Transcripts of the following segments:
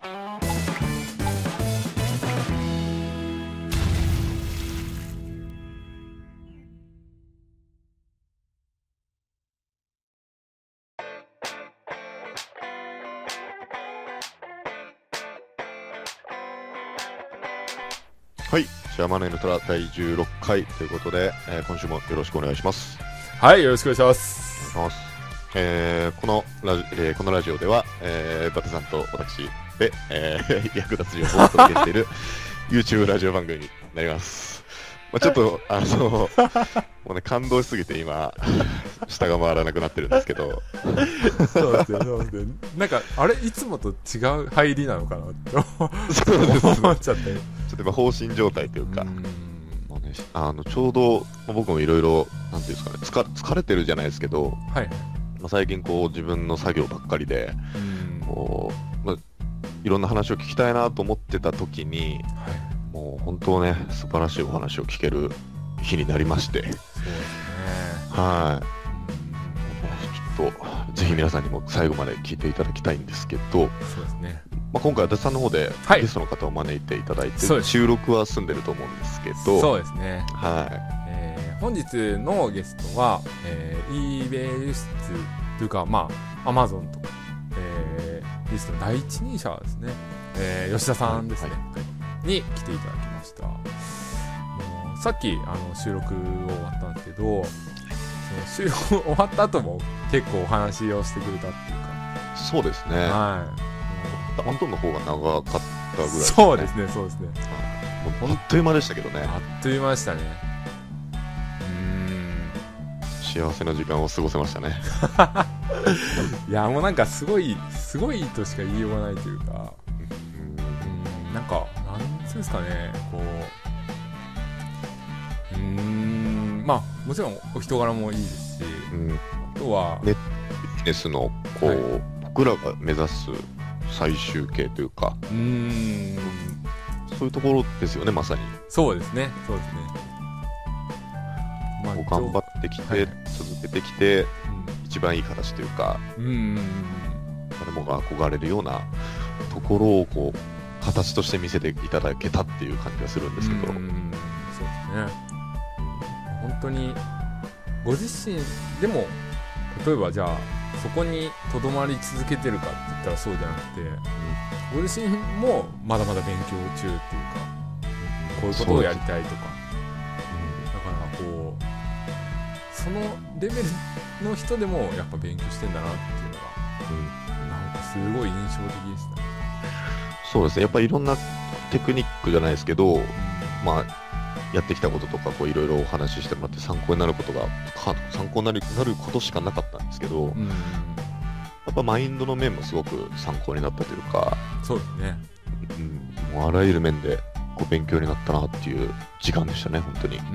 はい、シャーマネの虎第16回ということで、今週もよろしくお願いします。 はい、よろしくお願いします。 お願いします。このラジオでは、バテさんと私で、役立つ情報をお届けしているYouTube ラジオ番組になります。ちょっともうね、感動しすぎて今下が回らなくなってるんですけどそうですね、そうですね。なんかあれいつもと違う入りなのかなってそうです思っちゃって、 ちょっと今放心状態というか、もうね、ちょうど僕もいろいろなんていうんですかね、疲れてるじゃないですけど、 はい、 最近こう自分の作業ばっかりで、こういろんな話を聞きたいなと思ってた時に、はい、もう本当ね、素晴らしいお話を聞ける日になりまして、そうですね、はい、ちょっとぜひ皆さんにも最後まで聞いていただきたいんですけど、そうですね、今回足立さんの方でゲストの方を招いていただいて、収録は済んでると思うんですけど、 そうですね、 はい、 本日のゲストは、eBay 輸出というか、Amazon とか、リストの第一人者ですね、吉田さんですね、に来ていただきました。さっき収録終わったんですけど、その収録終わった後も結構お話をしてくれたっていうか、 そうですね、はい、後の方が長かったぐらいですね。 そうですね、そうですね、 あっという間でしたけどね。 あっという間でしたね。 幸せな時間を過ごせましたねいや、もうなんかすごいとしか言いようがないというか、なんかなんていうんですかね、こう、もちろんお人柄もいいですし、あとはビジネスのこう、はい、僕らが目指す最終形というか、そういうところですよね、まさに。 そうですね、そうですね。 頑張ってきて、はい、続けてきて、一番いい形というか、誰もが憧れるようなところをこう形として見せていただけたっていう感じがするんですけど、そうですね、 本当にご自身でも、例えばじゃあそこにとどまり続けてるかって言ったらそうじゃなくて、ご自身もまだまだ勉強中っていうか、こういうことをやりたいとか、だからこうそのレベルの人でもやっぱ勉強してんだなっていうのが、なんかすごい印象的でしたね。 そうですね、やっぱりいろんなテクニックじゃないですけど、やってきたこととかいろいろお話ししてもらって参考になることしかなかったんですけど、やっぱマインドの面もすごく参考になったというか、 そうですね、 もうあらゆる面でこう勉強になったなっていう時間でしたね、本当に。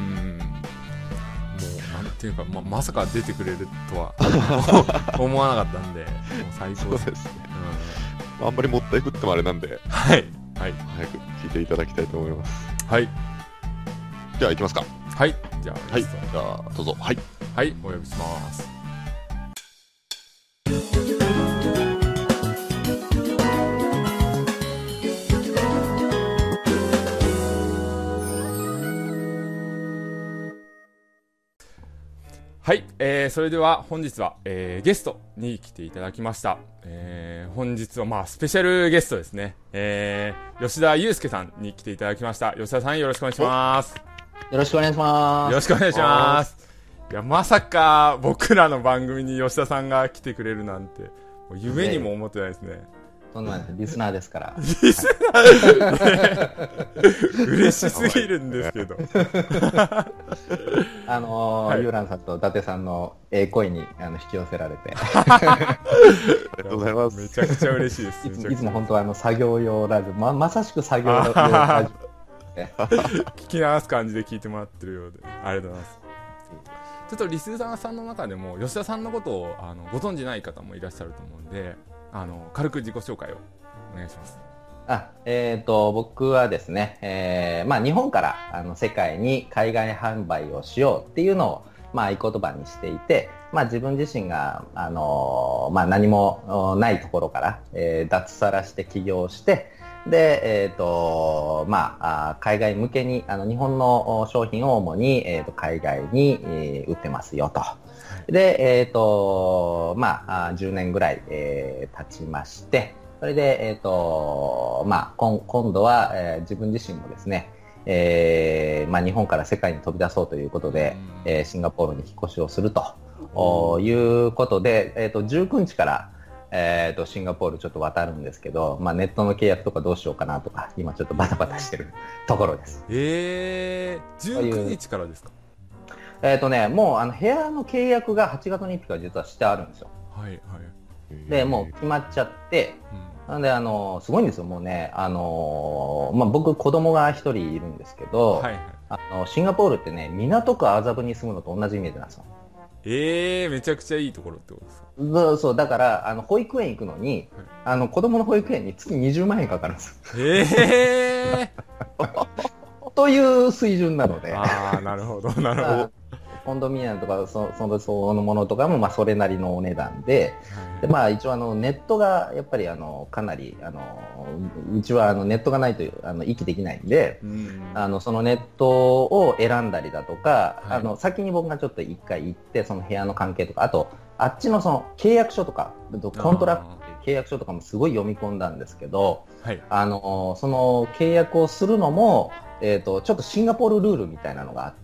っていうか、まさか出てくれるとは思わなかったんで、もう最高ですね。 あんまりもったいぶってもあれなんで、 はい、 早く聞いていただきたいと思います。 はい、 じゃあ行きますか。 はい、じゃあどうぞ。はい、 はい、お呼びします。はい、それでは本日は、ゲストに来ていただきました。本日はスペシャルゲストですね、吉田祐介さんに来ていただきました。吉田さん、よろしくお願いします。 よろしくお願いします。 よろしくお願いします。いや、まさか僕らの番組に吉田さんが来てくれるなんて、夢にも思ってないですね。 そんなんです、リスナーですから。 リスナー嬉しすぎるんですけど。ユーランさんと伊達さんの声に引き寄せられて。 ありがとうございます。 めちゃくちゃ嬉しいです。 いつも本当は作業用ラジオ、まさしく作業用ラジオ。聞き流す感じで聞いてもらってるようで、ありがとうございます。ちょっとリスナーさんの中でも吉田さんのことをご存じない方もいらっしゃると思うんで、軽く自己紹介をお願いします。 僕はですね、日本から世界に海外販売をしようっていうのを、 まあ、合言葉にしていて、まあ、自分自身が、まあ、何もないところから、脱サラして起業して、で、まあ、海外向けに、日本の商品を主に、海外に、売ってますよと。で、まあ、10年ぐらい、経ちまして、それで、まあ、今度は、自分自身もですね、まあ、日本から世界に飛び出そうということで、シンガポールに引っ越しをするということで、19日から、シンガポールちょっと渡るんですけど、まあ、ネットの契約とかどうしようかなとか今ちょっとバタバタしてるところです。 19日からですか？ もう部屋の契約が8月の1日から実はしてあるんですよ。 はいはい。 でもう決まっちゃって、なんですごいんですよ。もうね、まあ、僕子供が1人いるんですけど、はいはい、シンガポールってね、港区麻布に住むのと同じイメージなんですよ。 めちゃくちゃいいところってことですか？ そうだから保育園行くのに、はい、子供の保育園に月20万円かかるんですよ。という水準なので。 ああ、なるほどなるほど。 コンドミニアムとかそのものとかもまあそれなりのお値段で、でまあ一応ネットがやっぱりかなりうちはネットがないと息できないんで、そのネットを選んだりだとか、はい、先に僕がちょっと一回行ってその部屋の関係とか、あとあっちのその契約書とかコントラクトっていう契約書とかもすごい読み込んだんですけど、はい、その契約をするのもちょっとシンガポールルールみたいなのがあって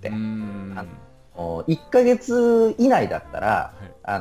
。1ヶ月以内だったら、はい、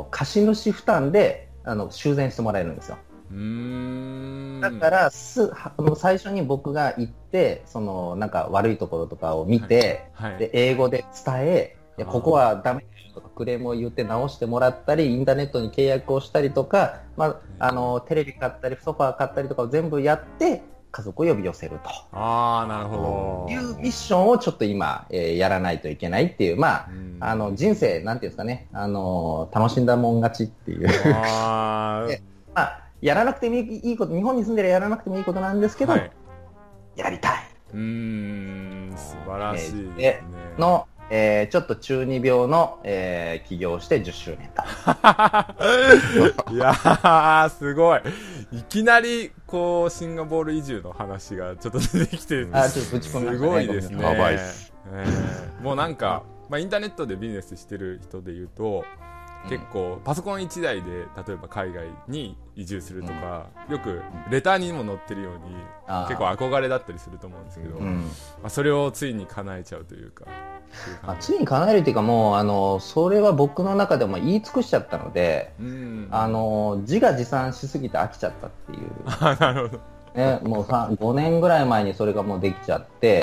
貸主負担で修繕してもらえるんですよ。だから最初に僕が行ってなんか悪いところとかを見て、はいはい、で英語で伝え、ここはダメとかクレームを言って直してもらったり、インターネットに契約をしたりとか、まあ、テレビ買ったりソファー買ったりとかを全部やって家族を呼び寄せると。 なるほど。 いうミッションをちょっと今、やらないといけないっていう、まあ、人生なんていうんですかね、楽しんだもん勝ちっていうまあ、やらなくてもいいこと、日本に住んでるやらなくてもいいことなんですけど、はい、やりたい。 素晴らしいですね。 のちょっと中二病の、起業して10周年と。 いやー、すごい。いきなりこうシンガポール移住の話がちょっと出てきて、すごいですね。もうなんか、まあ、インターネットでビジネスしてる人でいうと、結構パソコン1台で例えば海外に移住するとか、よくレターにも載ってるように結構憧れだったりすると思うんですけど、まあ、それをついに叶えちゃうというか、 ついに叶えるというか、もうそれは僕の中でも言い尽くしちゃったので、自画自賛しすぎて飽きちゃったっていう。 なるほどね、もう5年ぐらい前にそれがもうできちゃって、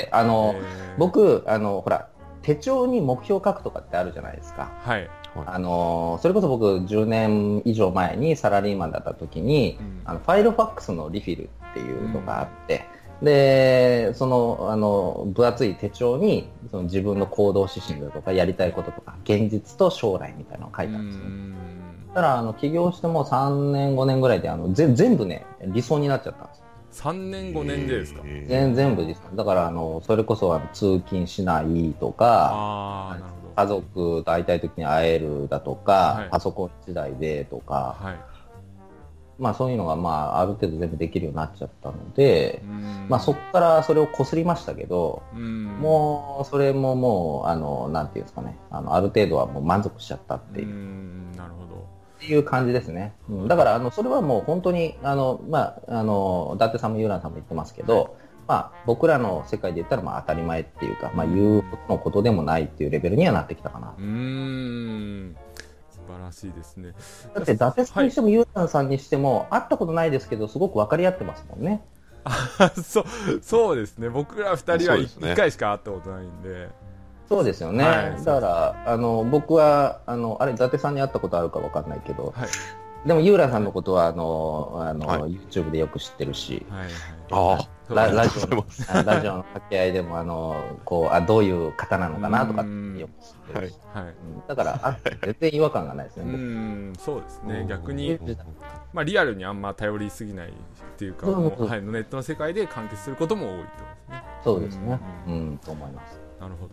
僕ほら手帳に目標書くとかってあるじゃないですか。 はい。 それこそ僕10年以上前にサラリーマンだった時に、ファイルファックスのリフィルっていうのがあって、でその分厚い手帳にその自分の行動指針だとかやりたいこととか現実と将来みたいなのを書いたんですよ。だから起業しても3年5年ぐらいで全部ね理想になっちゃったんですよ。 3年5年でですか？ 全部です。だからそれこそ通勤しないとか、家族と会いたい時に会えるだとか、はい、パソコン1台でとか、はい、まあそういうのがまあある程度全部できるようになっちゃったので、まあそこからそれをこすりましたけど、もうそれももうなんていうんですかね、ある程度はもう満足しちゃったっていう。 なるほど。 っていう感じですね。だからそれはもう本当にまあ伊達さんもユーランさんも言ってますけど、はい、まあ僕らの世界で言ったらまあ当たり前っていうか、まあ言うほどのことでもないっていうレベルにはなってきたかな。 素晴らしいですね。 だって伊達さんにしてもユーランさんにしても会ったことないですけどすごく分かり合ってますもんね。 そうですね。僕ら2人は1回しか会ったことないんで。 そうですよね、はい、だから僕はあれ伊達さんに会ったことあるか分かんないけど、はい、でもユーラさんのことははい、YouTube でよく知ってるし、ラジオの掛け合いでもどういう方なのかなとかってよく知ってるし、だから全然違和感がないですね。 そうですね。逆に、まあ、リアルにあんま頼りすぎないっていうか、ネットの世界で完結することも多いとですね。 そうですね。と思います。 なるほど。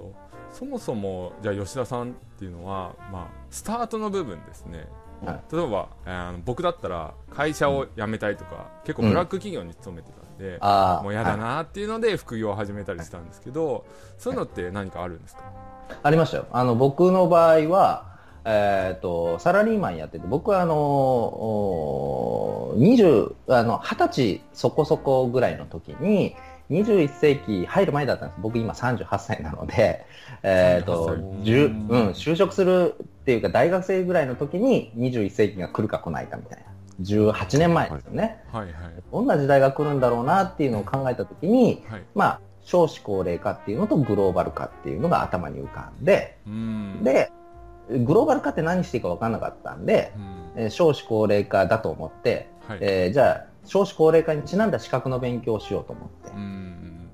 そもそもじゃあ吉田さんっていうのは、スタートの部分ですね、例えば、僕だったら会社を辞めたいとか、結構ブラック企業に勤めてたんで、もう嫌だなっていうので副業を始めたりしたんですけど、そういうのって何かあるんですか？ ありましたよ。僕の場合は、サラリーマンやってて、僕は20歳そこそこぐらいの時に、21世紀入る前だったんです。僕今38歳なので、就職するっていうか大学生ぐらいの時に21世紀が来るか来ないかみたいな。18年前ですよね。どんな時代が来るんだろうなっていうのを考えた時に、少子高齢化っていうのとグローバル化っていうのが頭に浮かんで、で、グローバル化って何していいか分からなかったんで、少子高齢化だと思って、じゃあ少子高齢化にちなんだ資格の勉強をしようと思って、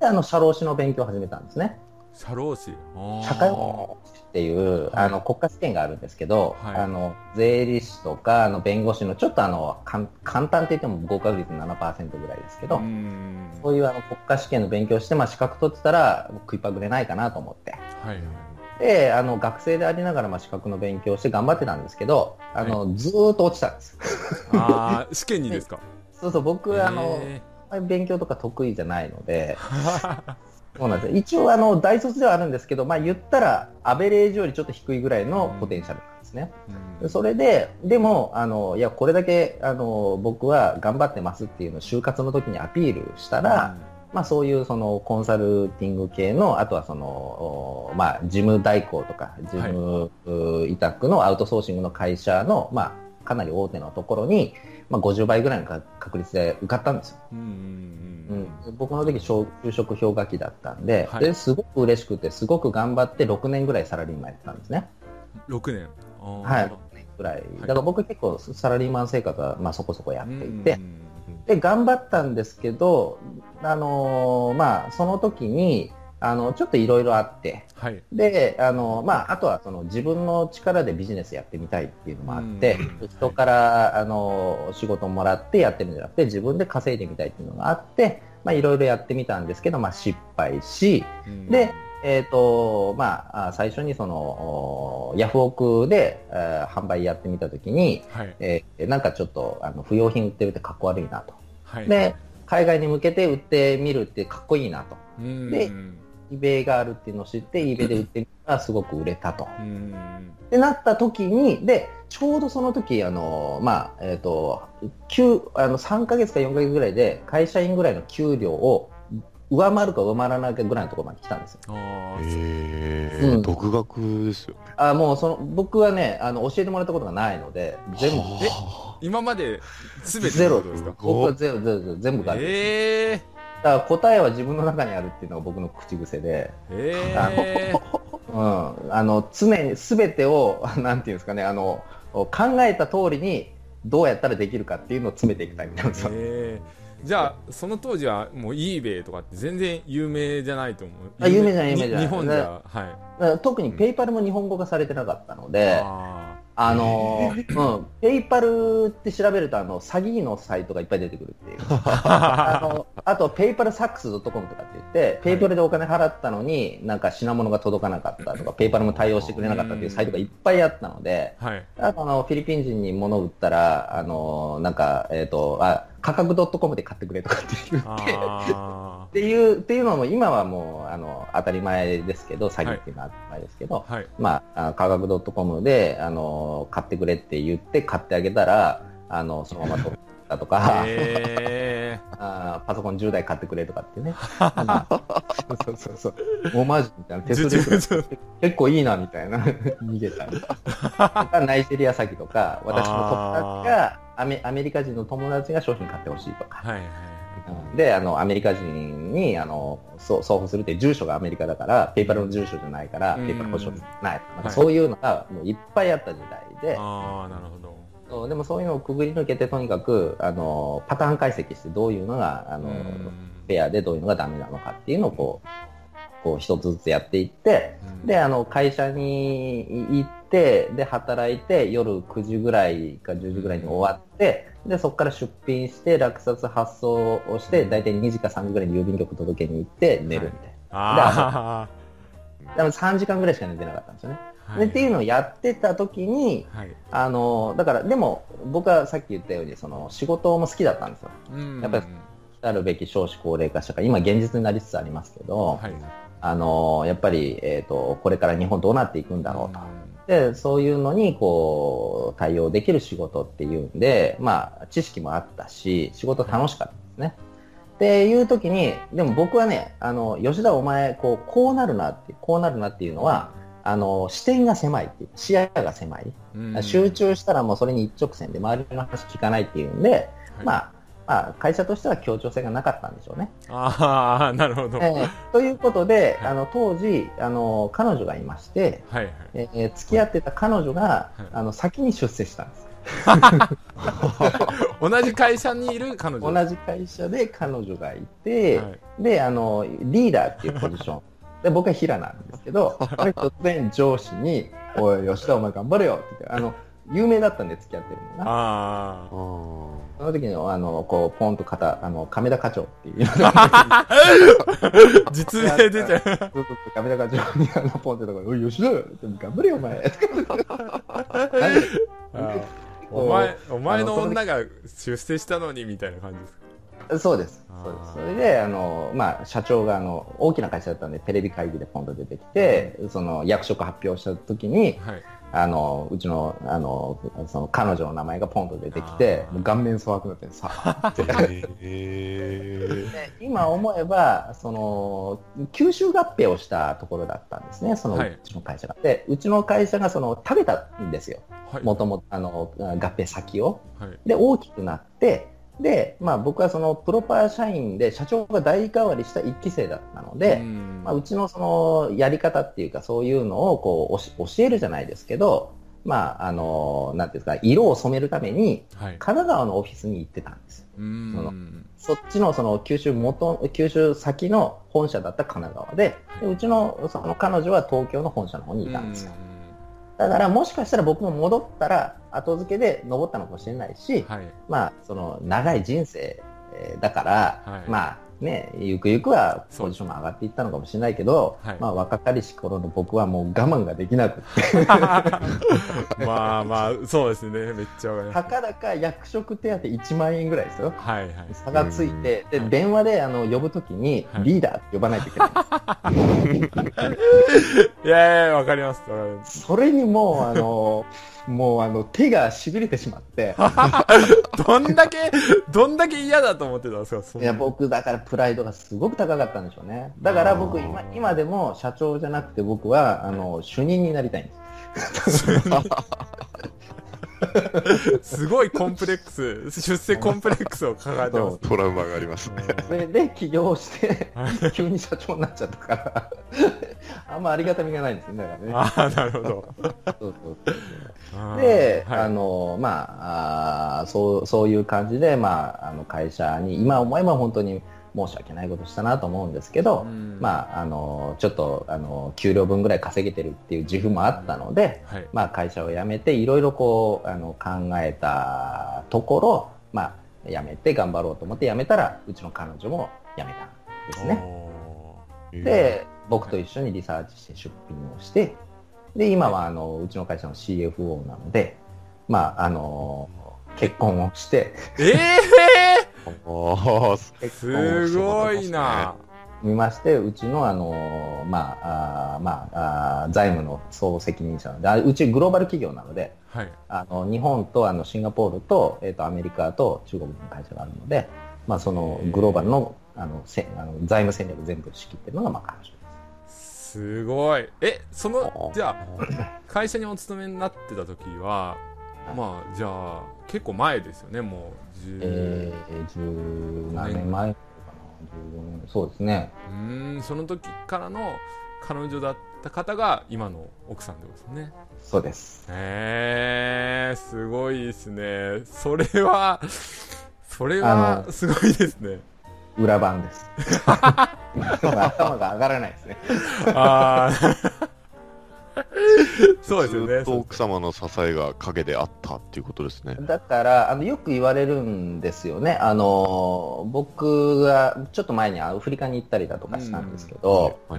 で社労士の勉強を始めたんですね。 社労士、 社会保険士っていう、国家試験があるんですけど、税理士とか弁護士のちょっと簡単って言っても合格率 7% ぐらいですけど、そういう国家試験の勉強して、資格取ってたら食いパグれないかなと思って、で学生でありながら資格の勉強をして頑張ってたんですけど、ずーっと落ちたんです。 試験にですか？ そうそう、僕勉強とか得意じゃないのでそうなんです。一応大卒ではあるんですけど、言ったらアベレージよりちょっと低いぐらいのポテンシャルなんですね。それででもいやこれだけ僕は頑張ってますっていうのを就活の時にアピールしたら、そういうコンサルティング系の、あとは事務代行とか事務委託のアウトソーシングの会社の、かなり大手のところに、50倍ぐらいの確率で受かったんですよ。僕の時就職氷河期だったんで、ですごく嬉しくて、すごく頑張って6年ぐらいサラリーマンやってたんですね。 6年はい、6年ぐらい。だから僕結構サラリーマン生活はそこそこやっていて、で頑張ったんですけど、その時にちょっといろいろあって、であとは自分の力でビジネスやってみたいっていうのもあって、人から仕事をもらってやってるんじゃなくて自分で稼いでみたいっていうのがあって、いろいろやってみたんですけど、失敗し、で最初にヤフオクで販売やってみたときに、なんかちょっと不用品売ってるってかっこ悪いなと、で海外に向けて売ってみるってかっこいいなと、でeBay があるっていうのを知って eBay で売ってみたらすごく売れたと、ってなった時に、でちょうどその時3ヶ月か4ヶ月ぐらいで会社員ぐらいの給料を上回るか上回らないかぐらいのところまで来たんですよ。 独学ですよね。 もう僕はね教えてもらったことがないので、全部今まで全てゼロですか？僕は全部がある。だから答えは自分の中にあるっていうのが僕の口癖で、常に全てをなんていうんですかね、考えた通りにどうやったらできるかっていうのを詰めていくタイプなんですよ。 じゃあその当時はもう eBay とかって全然有名じゃないと思う。 有名じゃない日本じゃ、 特にペイパルも日本語化されてなかったので、ペイパルって調べると詐欺のサイトがいっぱい出てくるっていうあとペイパルサックス .com とかって言って、ペイパルでお金払ったのになんか品物が届かなかったとか、ペイパルも対応してくれなかったっていうサイトがいっぱいあったので、あとフィリピン人に物を売ったらなんか価格 .com で買ってくれとかって言ってっていうのも今はもう当たり前ですけど、詐欺っていうのは当たり前ですけど、価格 .com で買ってくれって言って買ってあげたらそのまま取ったとかパソコン10台買ってくれとかってねそうオマージュみたいな、テストで結構いいなみたいな逃げたりとかナイジェリア詐欺とか、私の友達がアメリカ人の友達が商品買ってほしいとか、でアメリカ人に送付するって住所がアメリカだからペイパルの住所じゃないからペイパル保証ないとか、そういうのがもういっぱいあった時代で、 なるほど。 でもそういうのをくぐり抜けて、とにかくパターン解析してどういうのがフェアでどういうのがダメなのかっていうのをこう一つずつやっていって、で会社に行ってで働いて夜9時ぐらいか10時ぐらいに終わって、でそこから出品して落札発送をして、だいたい2時か3時ぐらいに郵便局届けに行って寝るみたいな。 でも3時間ぐらいしか寝てなかったんですよね。 はい、 でっていうのをやってた時に、 はい、 だからでも僕はさっき言ったようにその仕事も好きだったんですよ。やっぱり来るべき少子高齢化社会、今現実になりつつありますけど、はい、やっぱり、これから日本どうなっていくんだろうと。でそういうのにこう対応できる仕事っていうんで、まあ、知識もあったし仕事楽しかったですね。っていう時にでも僕はね吉田お前こうなるなっていうのは視点が狭いっていう視野が狭い、集中したらもうそれに一直線で周りの話聞かないっていうんで、はい、まあ、会社としては協調性がなかったんでしょうね。 ああ、なるほど。 ということで、当時彼女がいまして、はいはい、付き合ってた彼女が、はい、先に出世したんです。 同じ会社にいる彼女。 同じ会社で彼女がいて、はい、でリーダーっていうポジションで僕は平なんですけど、突然上司に「おい吉田お前頑張れよ」って言って有名だったんで付き合ってるのが。その時にこうポンと亀田課長っていう実名出ちゃう。 亀田課長にポンってところ「おい吉田頑張れよお前」 お前の女が出世したのにみたいな感じですか。 そうです。それでまあ、社長が大きな会社だったんでテレビ会議でポンと出てきて、その役職発表した時に、はい、うちのその彼女の名前がポンと出てきてもう顔面蒼白になってさ今思えばその吸収合併をしたところだったんですね、そのうちの会社が。でうちの会社が食べたんですよ、もともと合併先を、はい、で大きくなってで、まあ、僕はそのプロパー社員で社長が代替わりした1期生だったので、まあ、うちのそのやり方っていうかそういうのをこう教えるじゃないですけど、まあ、なんていうんですか、色を染めるために神奈川のオフィスに行ってたんですよ。そっちのその九州先の本社だった神奈川で、うちのその彼女は東京の本社の方にいたんですよ。だからもしかしたら僕も戻ったら後付けで登ったのかもしれないし、はい、まあその長い人生だから、はい、まあね、ゆくゆくはポジションも上がっていったのかもしれないけど、まあ若かりし頃の僕はもう我慢ができなくてまあまあそうですね、めっちゃわかります。 たかだか役職手当1万円ぐらいですよ、はいはい、差がついて、で、電話で呼ぶときにリーダーって呼ばないといけないいやいやわかります。 それにもう手がしびれてしまってどんだけ嫌だと思ってたんですか。 いや僕だからプライドがすごく高かったんでしょうね。だから僕今でも社長じゃなくて僕は主任になりたいんですすごいコンプレックス、出世コンプレックスを抱えてます。 トラウマがありますね。 それで起業して急に社長になっちゃったからあんまありがたみがないんですよね。だからね。 なるほど。 で、はい、まあそういう感じで、まあ、会社に今思えば本当に申し訳ないことしたなと思うんですけど、まあ、ちょっと給料分ぐらい稼げてるっていう自負もあったので、はい、まあ、会社を辞めていろいろこう考えたところ、まあ、辞めて頑張ろうと思って辞めたらうちの彼女も辞めたんですね。で僕と一緒にリサーチして出品をしてで今はうちの会社の CFO なので、まあ結婚をしてすごいな。 見ましてうちの財務の総責任者なのでうちグローバル企業なので、はい、日本とシンガポールと、アメリカと中国の会社があるので、まあ、そのグローバルの財務戦略全部仕切ってるのがまあ彼女です。 すごい。じゃあ会社にお勤めになってた時はまあじゃあ結構前ですよね。もう 10何年前かな、15年、そうですね。 その時からの彼女だった方が今の奥さんってことですね。 そうです。 すごいですね。それはすごいですね。 裏番です頭が上がらないですねそうですよね。 ずっと奥様の支えが陰であったっていうことですね。 だからよく言われるんですよね。僕がちょっと前にアフリカに行ったりだとかしたんですけど、タ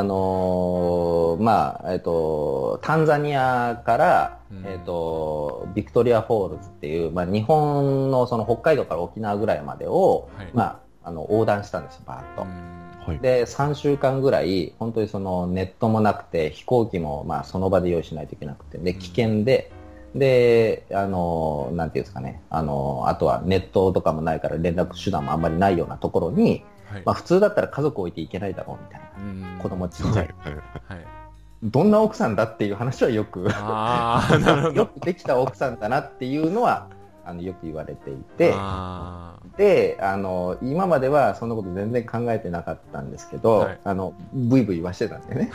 ンザニアから、ビクトリアフォールズっていう、日本のその北海道から沖縄ぐらいまでを、横断したんですよ、バーッと。で3週間ぐらい本当にそのネットもなくて飛行機もその場で用意しないといけなくて、で危険で、なんていうんですかね、あとはネットとかもないから連絡手段もあんまりないようなところに、普通だったら家族置いていけないだろうみたいな、子供ちっちゃい、どんな奥さんだっていう話はよくよくできた奥さんだなっていうのはよく言われていて、で今まではそんなこと全然考えてなかったんですけど、ブイブイ言わしてたんでね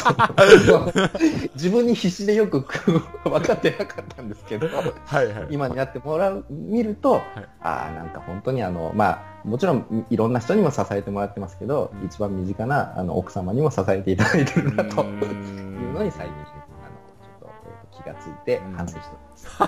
自分に必死でよく分かってなかったんですけど、今になって見ると、なんか本当にもちろんいろんな人にも支えてもらってますけど、一番身近な奥様にも支えていただいてるなというのに最近ちょっと気がついて反省してます。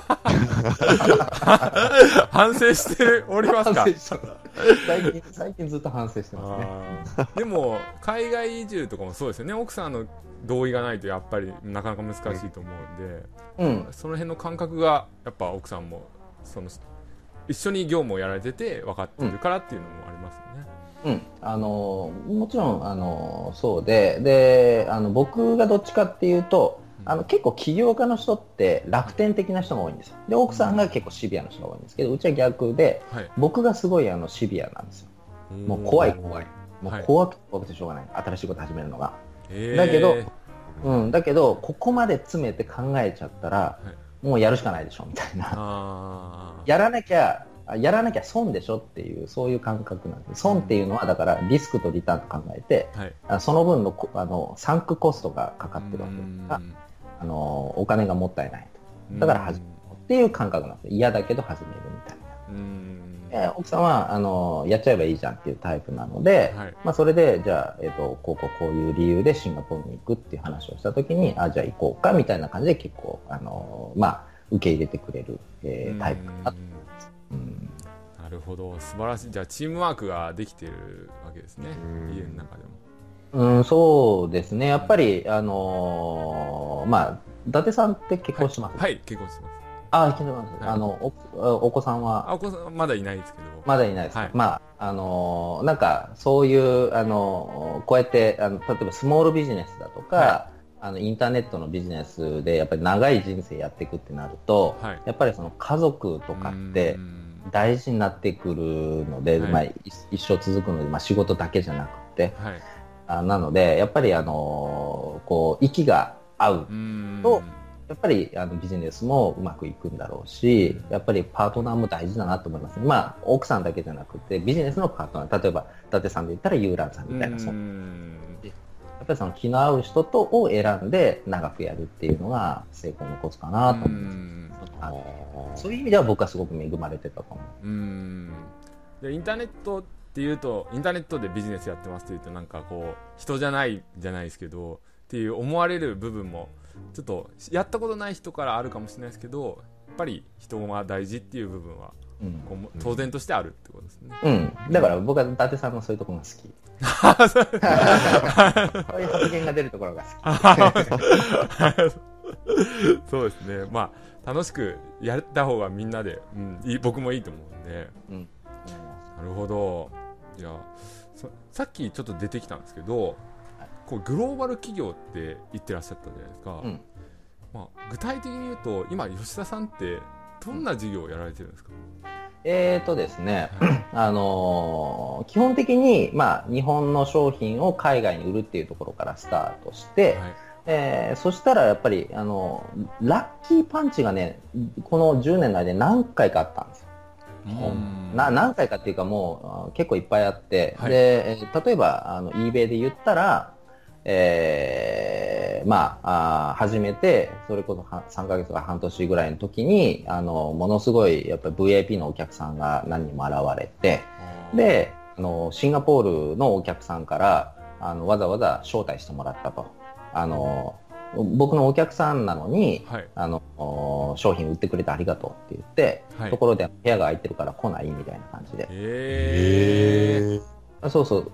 反省しておりますか？ 最近ずっと反省してますね。 でも海外移住とかもそうですよね。奥さんの同意がないとやっぱりなかなか難しいと思うんで、その辺の感覚がやっぱ奥さんも一緒に業務をやられてて分かってるからっていうのもありますよね。 もちろんそうで僕がどっちかっていうと結構起業家の人って楽天的な人が多いんですよ。で奥さんが結構シビアな人が多いんですけど、うちは逆で、僕がすごいシビアなんですよ。もう怖いもう怖くてしょうがない、新しいこと始めるのが。だけどここまで詰めて考えちゃったら、もうやるしかないでしょみたいなやらなきゃ損でしょっていう、そういう感覚なんです。損っていうのはだからリスクとリターンと考えて、その分のサンクコストがかかってるわけですから、お金がもったいないと。だから始めるっていう感覚なんですよ。嫌だけど始めるみたいな。奥さんはやっちゃえばいいじゃんっていうタイプなので、それでじゃあ、こういう理由でシンガポールに行くっていう話をしたときに、じゃあ行こうかみたいな感じで結構受け入れてくれる、タイプかなと思います。 なるほど、素晴らしい。じゃあチームワークができてるわけですね、家の中でも。そうですね、やっぱり伊達さんって結婚してます？ はい、結婚してます。 結婚してます。お子さんは？ お子さんまだいないですけど。 まだいないですか。なんかそういうこうやって例えばスモールビジネスだとか、インターネットのビジネスでやっぱり長い人生やっていくってなると、やっぱりその家族とかって大事になってくるので、一生続くので、仕事だけじゃなくて、なのでやっぱり息が合うとやっぱりビジネスもうまくいくんだろうし、やっぱりパートナーも大事だなと思いますね。奥さんだけじゃなくてビジネスのパートナー、例えば伊達さんで言ったらユーランさんみたいな、やっぱりその気の合う人を選んで長くやるっていうのが成功のコツかなと思います。そういう意味では僕はすごく恵まれてたと思う。 でインターネットっていうと、インターネットでビジネスやってますっていうと、なんかこう人じゃないじゃないですけどっていう思われる部分もちょっとやったことない人からあるかもしれないですけど、やっぱり人が大事っていう部分は当然としてあるってことですね。 だから僕は伊達さんのそういうところが好き。そういう発言が出るところが好き。 そうですね。楽しくやった方がみんなで、僕もいいと思うんで。なるほど。じゃあさっきちょっと出てきたんですけど、こうグローバル企業って言ってらっしゃったじゃないですか。具体的に言うと今吉田さんってどんな事業をやられてるんですか？ ですね、基本的に、日本の商品を海外に売るっていうところからスタートして、そしたらやっぱりラッキーパンチがね、この10年の間で何回かあったんですよ。何回かっていうかもう結構いっぱいあって、で例えばeBay で言ったら、始めてそれこそ3ヶ月から半年ぐらいの時にものすごいやっぱり VIP のお客さんが何人も現れて、でシンガポールのお客さんからわざわざ招待してもらったと。 僕のお客さんなのに、 はい、 商品売ってくれてありがとうって言って、はい、ところで部屋が空いてるから来ないみたいな感じで。そうそう。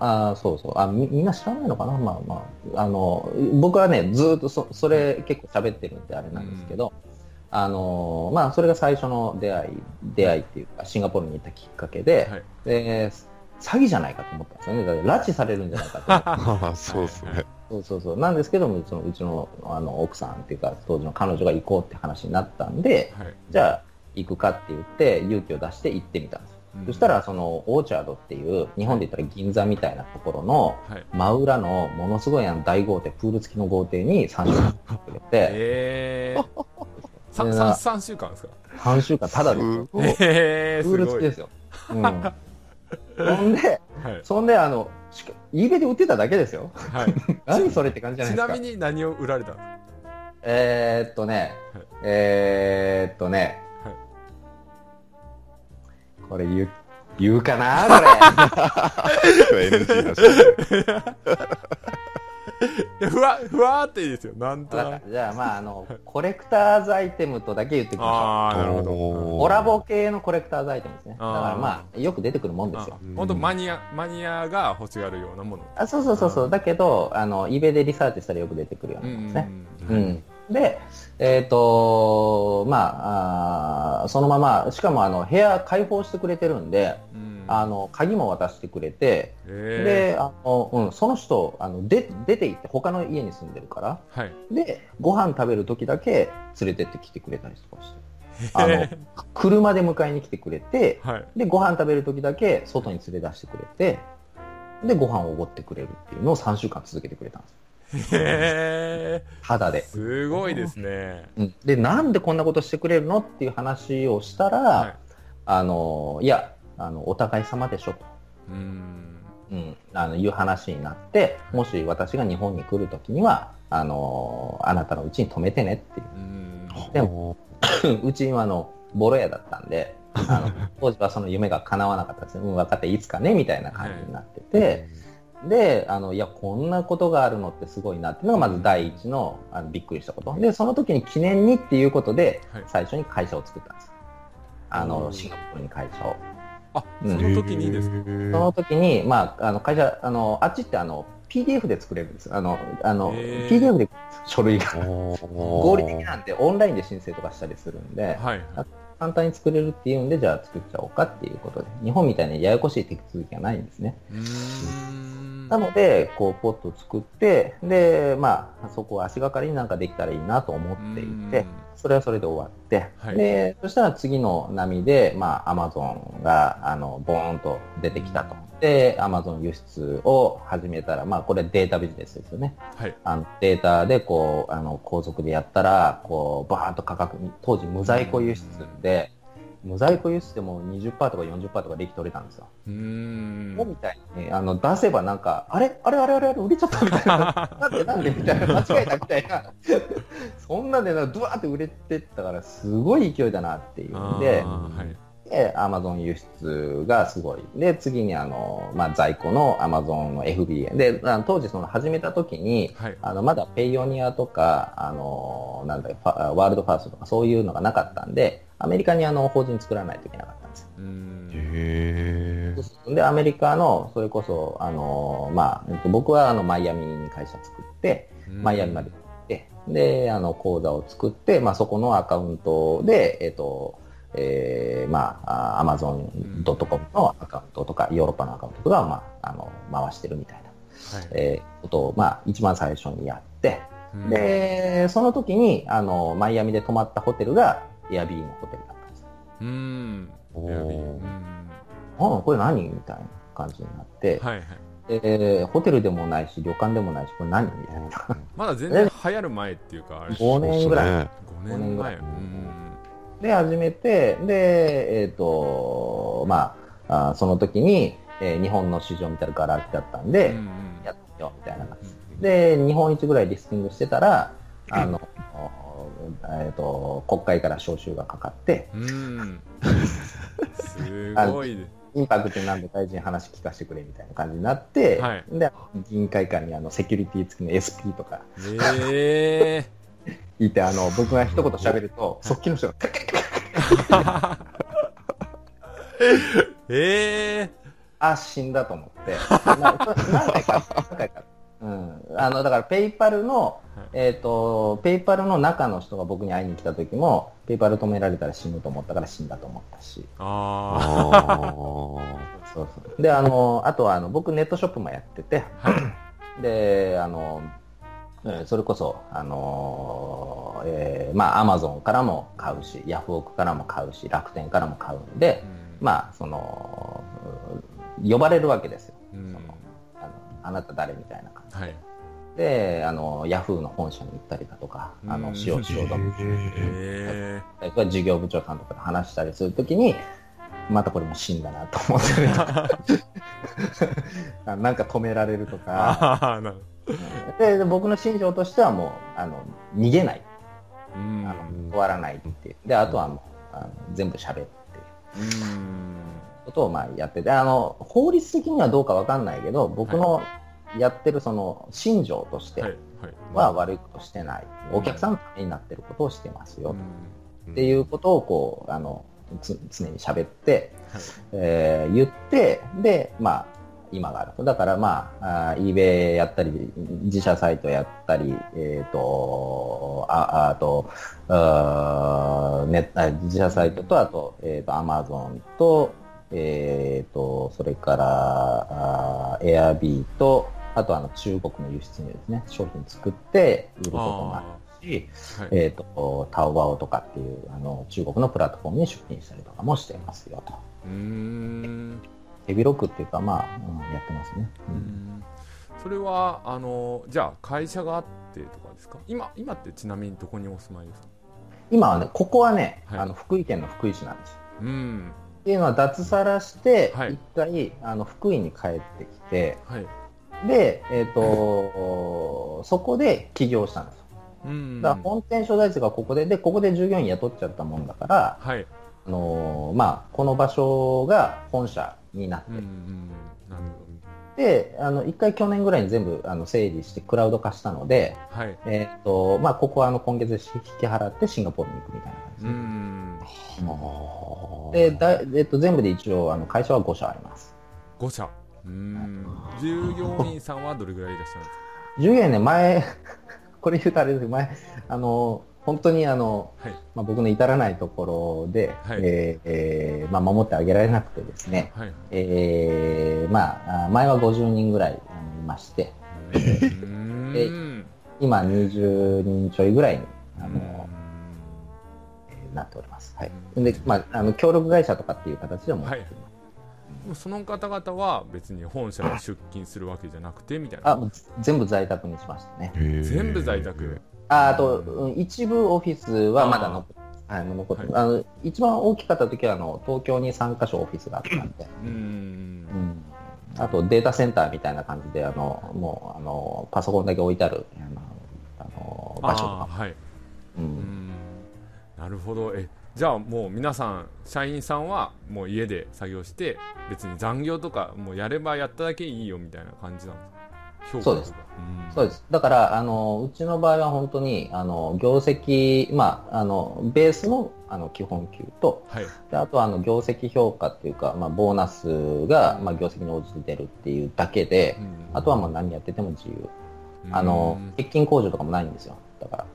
みんな知らないのかな。まあまあ、僕はね、ずっとそれ結構喋ってるんであれなんですけど、まあ、それが最初の出会いっていうか、シンガポールに行ったきっかけで、はい、で、詐欺じゃないかと思ったんですよね。だから拉致されるんじゃないかと思って。 そうですね。 そう。なんですけども、うちの、奥さんっていうか、当時の彼女が行こうって話になったんで、はい、じゃあ、行くかって言って、勇気を出して行ってみたんですよ。そしたら、オーチャードっていう、日本で言ったら銀座みたいなところの、真裏のものすごい大豪邸、プール付きの豪邸に3週間くれて、 3週間ですか ?3 週間、ただですよ。プール付きですよ。そんで、eBay で売ってただけですよ。はい、何それって感じじゃないですか。 ちなみに何を売られたんですか？これ言うかなこれ。 NG だし。 ふわーっていいですよ。なんとなく。 じゃあまあコレクターズアイテムとだけ言ってきましょう。 なるほど。 コラボ系のコレクターズアイテムですね。だからまあよく出てくるもんですよ。 本当マニアが欲しがるようなもの。 そう。だけどeBay でリサーチしたらよく出てくるようなものですね。で、まあそのまましかも部屋開放してくれてるんで。鍵も渡してくれて、でその人出て行って他の家に住んでるから、はい、でご飯食べる時だけ連れてってきてくれたりとかして車で迎えに来てくれて、はい、でご飯食べる時だけ外に連れ出してくれて、でご飯をおごってくれるっていうのを3週間続けてくれたんです。ただで。 すごいですね。 でなんでこんなことしてくれるのっていう話をしたら、はい、いやお互い様でしょという話になって、もし私が日本に来るときにはあなたのうちに泊めてねっていう。でもうちはボロ屋だったんで当時はその夢が叶わなかったですね。分かっていつかねみたいな感じになってて、でいやこんなことがあるのってすごいなっていうのがまず第一のびっくりしたことで、その時に記念にっていうことで最初に会社を作ったんです。シンガポールに会社を。 その時にですか？ その時に、まあ、会社あっちってPDF で作れるんです。PDF で書類が合理的なんでオンラインで申請とかしたりするんで、はい、簡単に作れるっていうんで、じゃあ作っちゃおうかっていうことで、日本みたいにややこしい手続きがないんですね。なのでこうポットを作って、でまあそこを足がかりになんかできたらいいなと思っていて、それはそれで終わって、はい、でそしたら次の波で、まあ、アマゾンがボーンと出てきたと。でアマゾン輸出を始めたら、まあ、これデータビジネスですよね。はい、データでこう高速でやったらこうバーンと価格、当時無在庫輸出で、無在庫輸出でも 20% とか 40% とか利益取れたんですよ。みたいに出せばなんかあれ売れちゃったみたいななんでみたいな、間違えたみたいなそんなんでドワーって売れてったからすごい勢いだなっていうんで、アマゾン輸出がすごい。で次にまあ、在庫のアマゾンの FBA で、当時その始めた時に、はい、まだペイオニアとかなんだワールドファーストとかそういうのがなかったんで、アメリカに法人作らないといけなかったんです。 へー。でアメリカのそれこそまあ、僕はマイアミに会社作ってマイアミまで行ってで口座を作って、まあ、そこのアカウントでまあ、Amazon.com のアカウントとかヨーロッパのアカウントとかを、まあ、回してるみたいな、はい、ことを、まあ、一番最初にやって、でその時にマイアミで泊まったホテルがエアビーのホテルだったんです。これ何みたいな感じになって、はいはい、ホテルでもないし旅館でもないしこれ何みたいなまだ全然流行る前っていうか 5年ぐらい、5 年ぐらいで始めて、でまあその時に、日本の市場見たらガラ空きだったんで、やってみようみたいな感じで日本一ぐらいリスティングしてたら国会から招集がかかってすごいです。 インパクトになんで大臣話聞かせてくれみたいな感じになって、はい、で議員会館にセキュリティ付きの SP とか、いて僕が一言喋ると側近の人がカッカッカッカッあ、死んだと思って何回か、だからペイパルの、ペイパルの中の人が僕に会いに来た時もペイパル止められたら死ぬと思ったから死んだと思ったし、そうそうであとは僕ネットショップもやってて、でそれこそアマゾンからも買うし、ヤフオクからも買うし、楽天からも買うんで、呼ばれるわけですよ。あなた誰みたいな感じで。でヤフーの本社に行ったりだとか、塩と事業部長さんとかと話したりするときに、またこれも死んだなと思ってるとかなんか止められるとかで僕の信条としてはもう逃げない、終わらないっていうで、あとはもう全部喋るっていうことをやってて、法律的にはどうかわかんないけど、僕のやってるその信条としては悪いことしてない、お客さんのためになってることをしてますよっていうことをこう常に喋って、言ってで今があると。だからeBay やったり自社サイトやったり自社サイトとあとAmazon とそれからAirb とあと中国の輸出入ですね、商品作って売ることもあるし、タオバオとかっていう中国のプラットフォームに出品したりとかもしてますよと。手広くっていうかやってますね。 それはじゃあ会社があってとかですか？今ってちなみにどこにお住まいですか？ 今はね、ここはね、福井県の福井市なんですよ。っていうのは脱サラして一回、福井に帰ってきて、で、そこで起業したんですよ。だから本店所在地がここで、ここで従業員雇っちゃったもんだから、この場所が本社になってる。で、一回去年ぐらいに全部整理してクラウド化したので、ここは今月引き払ってシンガポールに行くみたいな感じで、全部で一応会社は5社あります。 5社。従業員さんはどれぐらいいらっしゃるんですか？ 従業員ね、前これ言うとあれですけど、前本当に僕の至らないところで、守ってあげられなくてですね、前は50人ぐらいいまして、で今20人ちょいぐらいになっております。で協力会社とかっていう形でも持っています。 その方々は別に本社に出勤するわけじゃなくてみたいな。 全部在宅にしましたね。 全部在宅。 あと一部オフィスはまだ残ってます。一番大きかった時は東京に3カ所オフィスがあったんで、あとデータセンターみたいな感じでもうパソコンだけ置いてある場所とか。 なるほど。じゃあもう皆さん社員さんはもう家で作業して別に残業とかもうやればやっただけいいよみたいな感じなんですか？ そうです、そうです。だからうちの場合は本当に業績、ベースの基本給と、であとは業績評価っていうか、ボーナスが業績に応じて出るっていうだけで、あとは何やってても自由。欠勤控除とかもないんですよ。だから。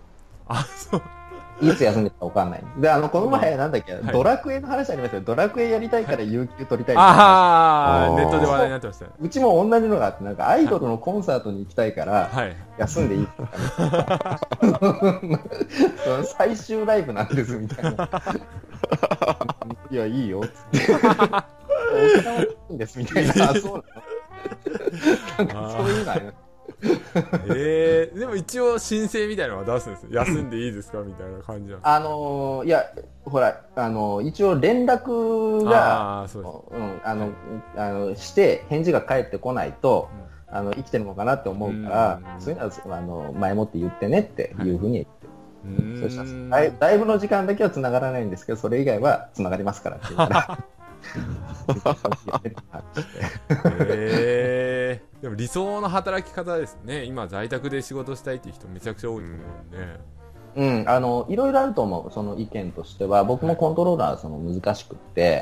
そう。 いつ休んでたか分かんない。で、この前なんだっけ、ドラクエの話ありましたよ。ドラクエやりたいから有給取りたいみたいな。 ネットで話題になってました。 うちも同じのがあって、なんかアイドルのコンサートに行きたいから、休んでいいとかね。最終ライブなんですみたいな。いや、いいよっつって。沖縄に行くんですみたいな。そうなの。なんかそういうのあります。 でも一応申請みたいなのは出すんですよ。休んでいいですかみたいな感じなんですか？ いやほら一応連絡がして返事が返ってこないと、生きてるのかなって思うから、そういうのは前もって言ってねっていうふうに言って、そうしたらだいぶの時間だけは繋がらないんですけど、それ以外は繋がりますからって言うからでも理想の働き方ですね。今在宅で仕事したいっていう人めちゃくちゃ多いと思うんで、 いろいろあると思う。その意見としては、僕もコントローラーその難しくって、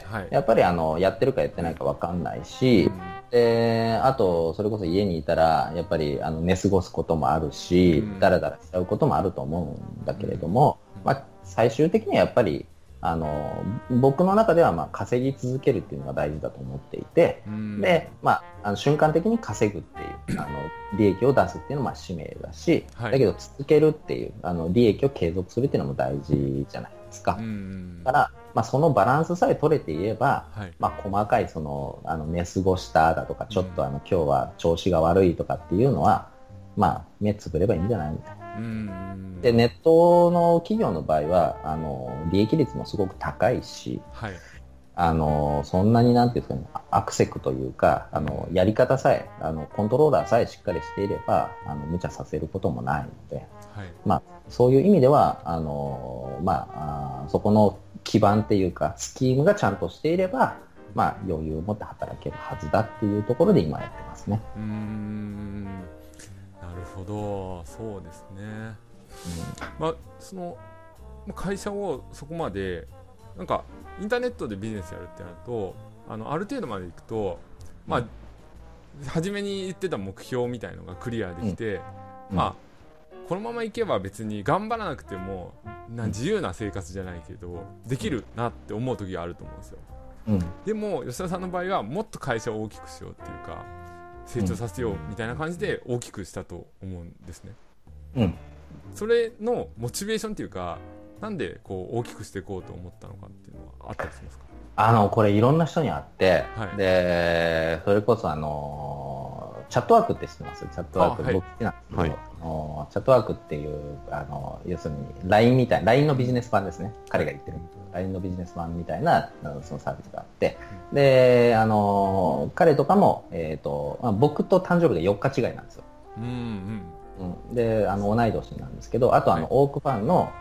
はい、 やっぱりやってるかやってないか分かんないし、あとそれこそ家にいたらやっぱり寝過ごすこともあるし、だらだらしちゃうこともあると思うんだけれども、最終的にはやっぱり僕の中では稼ぎ続けるっていうのが大事だと思っていて、で、瞬間的に稼ぐっていう利益を出すっていうのは使命だし、だけど続けるっていう利益を継続するっていうのも大事じゃないですか。だから、そのバランスさえ取れていれば、細かい寝過ごしただとか、ちょっと今日は調子が悪いとかっていうのは、目つぶればいいんじゃないみたいな。でネットの企業の場合は利益率もすごく高いし、そんなになんていうんですかね、アクセクというかやり方さえコントローラーさえしっかりしていれば無茶させることもないので、そういう意味ではそこの基盤っていうかスキームがちゃんとしていれば、余裕を持って働けるはずだっていうところで今やってますね。 なるほど、そうですね。その会社をそこまでなんかインターネットでビジネスやるってなるとある程度までいくと、初めに言ってた目標みたいのがクリアできて、このままいけば別に頑張らなくても自由な生活じゃないけどできるなって思う時があると思うんですよ。でも吉田さんの場合はもっと会社を大きくしようっていうか成長させようみたいな感じで大きくしたと思うんですね。それのモチベーションっていうか、なんでこう大きくしていこうと思ったのかっていうのはあったりしますか？ これいろんな人にあって、でそれこそチャットワークって知ってます？チャットワーク、僕好きなんですけど、チャットワークっていう要するに LINE みたいな LINE のビジネス版ですね。彼が言ってる LINE のビジネス版みたいなそのサービスがあって、で彼とかも、僕と誕生日が4日違いなんですよ。で同い年なんですけど、あとオークファンの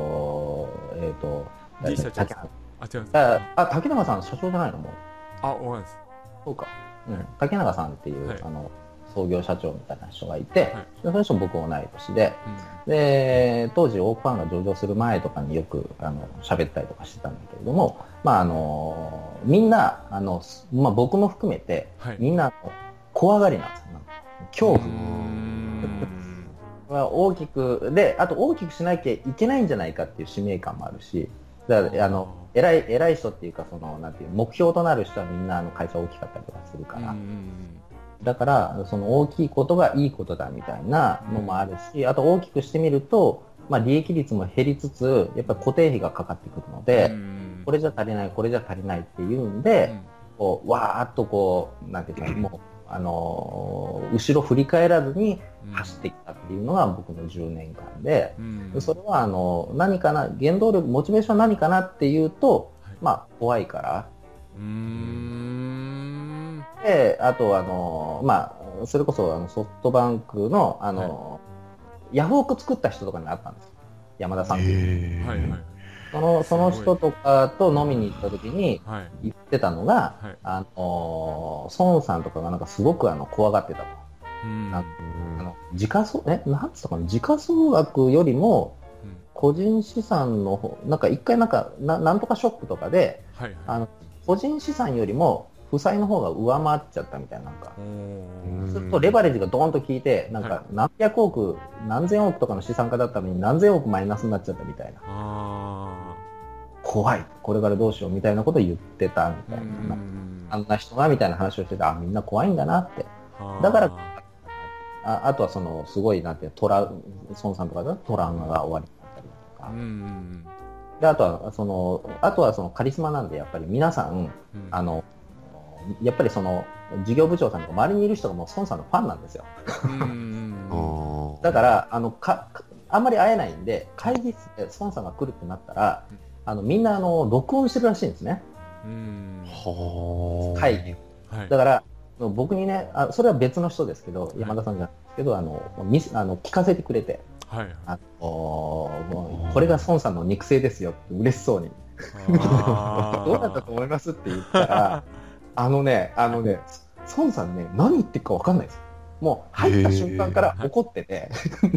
竹永さん社長じゃないの？もうわかります。 そうか、竹永さんっていう、創業社長みたいな人がいて、その人も僕同い年で、で当時オークファンが上場する前とかによく喋ったりとかしてたんだけれども、みんな僕も含めて、みんな怖がりなんですよ。恐怖大きくで、あと大きくしなきゃいけないんじゃないかっていう使命感もあるし、だから偉い人っていうかなんていう目標となる人はみんな会社大きかったりとかするから、だからその大きいことがいいことだみたいなのもあるし、あと大きくしてみると、利益率も減りつつやっぱり固定費がかかってくるので、これじゃ足りないこれじゃ足りないっていうんで、こうわーっとこうなんていうかもう後ろ振り返らずに走ってきたっていうのが僕の10年間で、それは何かな、原動力モチベーションは何かなっていうと、怖いから。であとそれこそソフトバンクのヤフオク作った人とかに会ったんですよ、山田さんっていう。その人とかと飲みに行った時に言ってたのが、孫さんとかがなんかすごく怖がってたと。時価総額よりも個人資産の方、なんか一回なんとかショックとかで、個人資産よりも負債の方が上回っちゃったみたいな、するとレバレッジがドーンと効いて、なんか何百億、何千億とかの資産家だったのに何千億マイナスになっちゃったみたいな。怖い、これからどうしようみたいなことを言ってたみたいな、あんな人がみたいな話をしてて、みんな怖いんだなって。だからあとはすごいなんて孫さんとかだとトラウマが終わりになったりとか、であとはそのカリスマなんで、やっぱり皆さん、やっぱり事業部長さんとか周りにいる人がもう孫さんのファンなんですよ。だからあんまり会えないんで、会議室で孫さんが来るってなったら、みんな録音してるらしいんですね、会議。だから僕にね、それは別の人ですけど、山田さんじゃないですけど、聞かせてくれて、これが孫さんの肉声ですよって嬉しそうにどうだったと思いますって言ったら、孫さんね、何言ってるか分かんないですよ。もう入った瞬間から怒ってて、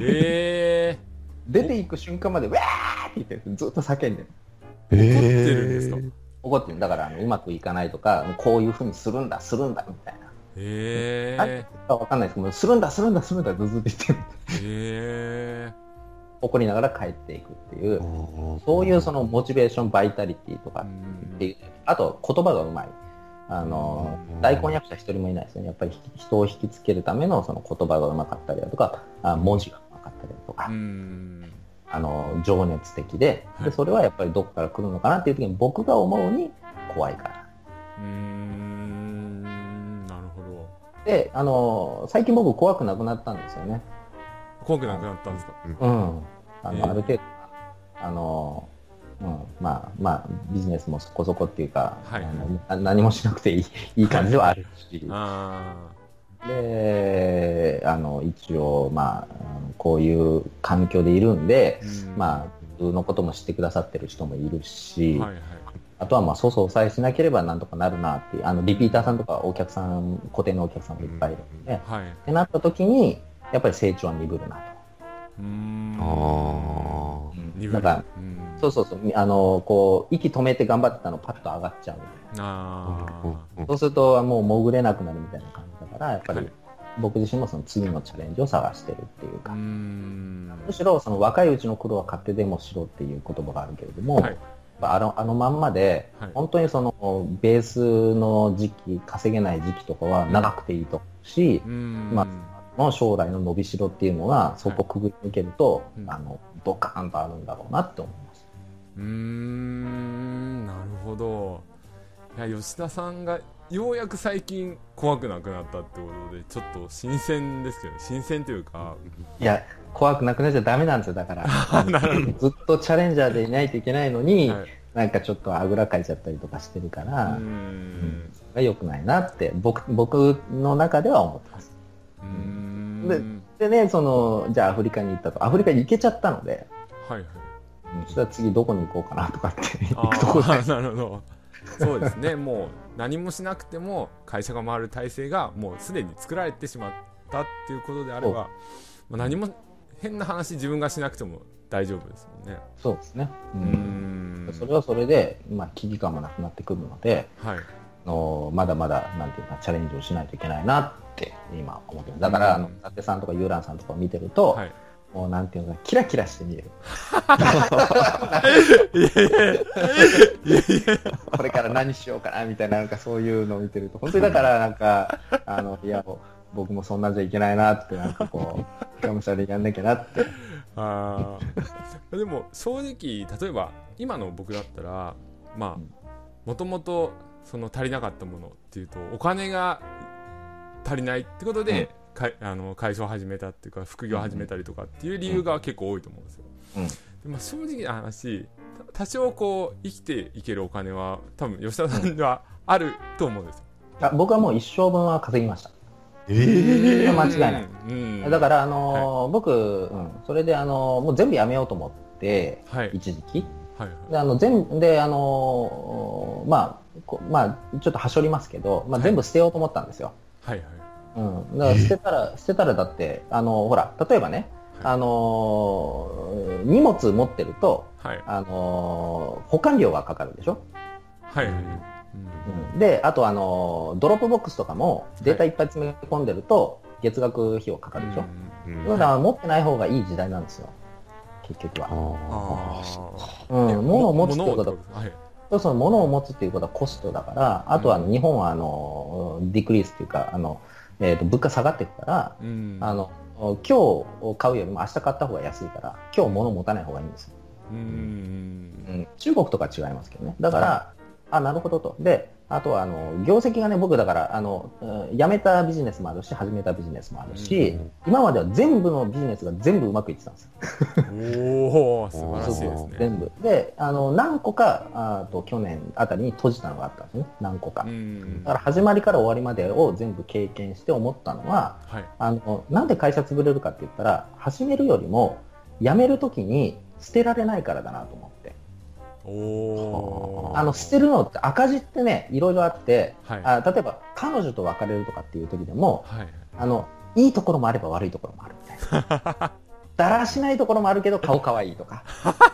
出ていく瞬間まで、ウェーって言ってずっと叫んでる。 怒ってるんですか？ 怒ってる。だからうまくいかないとか、こういう風にするんだみたいな。何か分かんないですけど、するんだってずっと言ってる。怒りながら帰っていくっていう、そういうそのモチベーション、バイタリティとかっていう、あと言葉がうまい。大根役者一人もいないですね。やっぱり人を引きつけるためのその言葉がうまかったりだとか、文字がうまかったりだとか、情熱的で、それはやっぱりどこから来るのかなっていう時に僕が思うに怖いから。 なるほど。 で、最近僕怖くなくなったんですよね。 怖くなくなったんですか？ ある程度、まあビジネスもそこそこっていうか、何もしなくていい感じではあるし、で、一応こういう環境でいるんで、僕のことも知ってくださってる人もいるし、あとは粗相さえしなければなんとかなるなっていう、リピーターさんとかお客さん、固定のお客さんもいっぱいいるので、ってなった時にやっぱり成長は鈍るなと。だからこう息止めて頑張ってたのパッと上がっちゃうみたいな。そうするともう潜れなくなるみたいな感じだから、やっぱり僕自身もその次のチャレンジを探してるっていうか、むしろその若いうちの苦労は勝手でもしろっていう言葉があるけれども、あのまんまで本当にそのベースの時期、稼げない時期とかは長くていいと思うし、の将来の伸びしろっていうのはそこくぐり抜けると、ドカーンとあるんだろうなって思います。 なるほど。いや、吉田さんがようやく最近怖くなくなったってことでちょっと新鮮ですけど、新鮮というか、 いや怖くなくなっちゃダメなんですよ。だからずっとチャレンジャーでいないといけないのに、なんかちょっとあぐらかいちゃったりとかしてるから、それが良くないなって僕の中では思ってます。でね、じゃあアフリカに行ったと、アフリカに行けちゃったので、そしたら次どこに行こうかなとかって行くところで。 なるほど。そうですね。もう何もしなくても会社が回る体制がもうすでに作られてしまったっていうことであれば、何も変な話自分がしなくても大丈夫ですもんね。 そうですね。それはそれで、危機感もなくなってくるので、まだまだなんていうかチャレンジをしないといけないなって今思ってます。だから伊達さんとかユーランさんとかを見てると、もうなんていうのかキラキラして見える。これから何しようかなみたいな、なんかそういうのを見てると本当に、だからなんかいや僕もそんなんじゃいけないなって、なんかこうがむしゃらにやんなきゃなって。 でも正直例えば今の僕だったらもともとその足りなかったものっていうとお金が足りないってことで、会社を始めたっていうか副業を始めたりとかっていう理由が結構多いと思うんですよ。で正直な話、多少こう生きていけるお金は多分吉田さんにはあると思うんですよ。 僕はもう一生分は稼ぎました。間違いない。だから僕、それでもう全部やめようと思って、一時期全でちょっとはしょりますけど、全部捨てようと思ったんですよ。だから捨てたらだってほら例えばね、荷物持ってると、保管料がかかるでしょ。であとドロップボックスとかもデータいっぱい詰め込んでると月額費用かかるでしょ。だから持ってない方がいい時代なんですよ結局は。物を持つっていうことは、その物を持つっていうことはコストだから、あとは日本はディクリースっていうか物価下がっていくから、今日買うよりも明日買った方が安いから、今日物を持たない方がいいんですよ。中国とか違いますけどね。だからなるほどと。であとは業績がね、僕だから辞めたビジネスもあるし始めたビジネスもあるし、今までは全部のビジネスが全部うまくいってたんですよ。 おー、素晴らしいですね。 全部で何個か去年あたりに閉じたのがあったんですね。何個か。だから始まりから終わりまでを全部経験して思ったのは、なんで会社潰れるかって言ったら、始めるよりも辞めるときに捨てられないからだなと思って。 捨てるのって赤字ってね、いろいろあって、 はい、 例えば彼女と別れるとかっていう時でも、 はい、 いいところもあれば悪いところもあるみたいな。だらしないところもあるけど顔かわいいとか。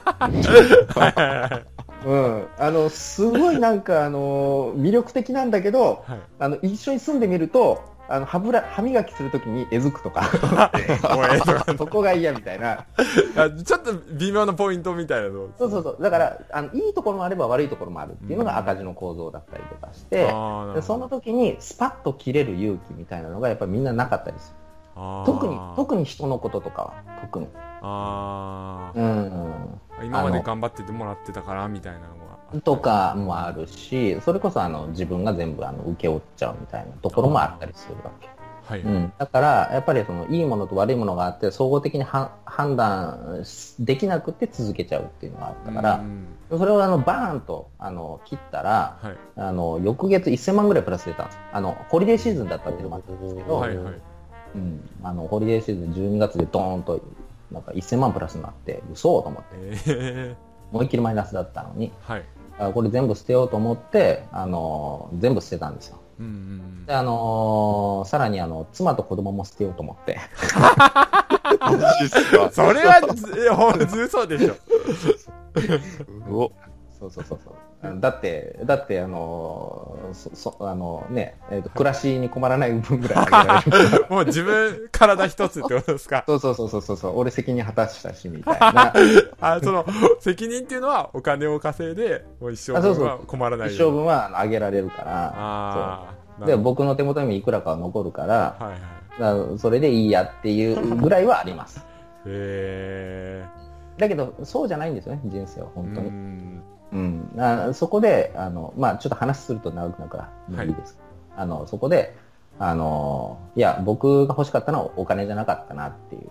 すごいなんか魅力的なんだけど、一緒に住んでみると歯磨きするときにえずくとかそこが嫌みたいなちょっと微妙なポイントみたいなの。 そうだからいいところもあれば悪いところもあるっていうのが赤字の構造だったりとかして、でその時にスパッと切れる勇気みたいなのがやっぱりみんななかったりする。特に人のこととかは特に今まで頑張っててもらってたからみたいなのがとかもあるし、それこそ自分が全部請け負っちゃうみたいなところもあったりするわけ。だからやっぱりいいものと悪いものがあって総合的に判断できなくて続けちゃうっていうのがあったから、それをバーンと切ったら、翌月1000万ぐらいプラス出たんです。ホリデーシーズンだったっていうのもあったんですけど、ホリデーシーズン12月でドーンとなんか1000万プラスになって嘘と思って、思いっきりマイナスだったのに、これ全部捨てようと思って全部捨てたんですよ。でさらに妻と子供も捨てようと思ってそれは嘘でしょ。 そうだって暮らしに困らない分ぐらいあげられるもう自分体一つってことですか。 そう俺責任果たしたしみたいなその責任っていうのはお金を稼いでもう一生分は困らないように一生分はあげられるからで僕の手元にもいくらかは残るから、だからそれでいいやっていうぐらいはありますだけどそうじゃないんですよね、人生は本当に。そこでちょっと話すると長くなるからいいですか。そこでいや僕が欲しかったのはお金じゃなかったなっていう、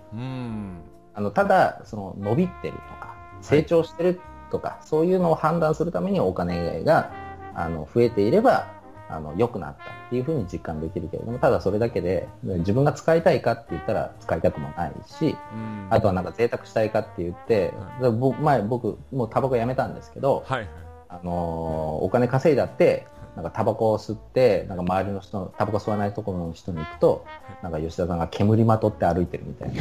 ただ伸びてるとか成長してるとか、そういうのを判断するためにお金が増えていれば良くなったっていうふうに実感できるけれども、ただそれだけで自分が使いたいかって言ったら使いたくもないし、あとはなんか贅沢したいかって言って、前僕もうタバコやめたんですけど、お金稼いだってなんかタバコを吸ってなんか周りの人タバコ吸わないところの人に行くとなんか吉田さんが煙まとって歩いてるみたい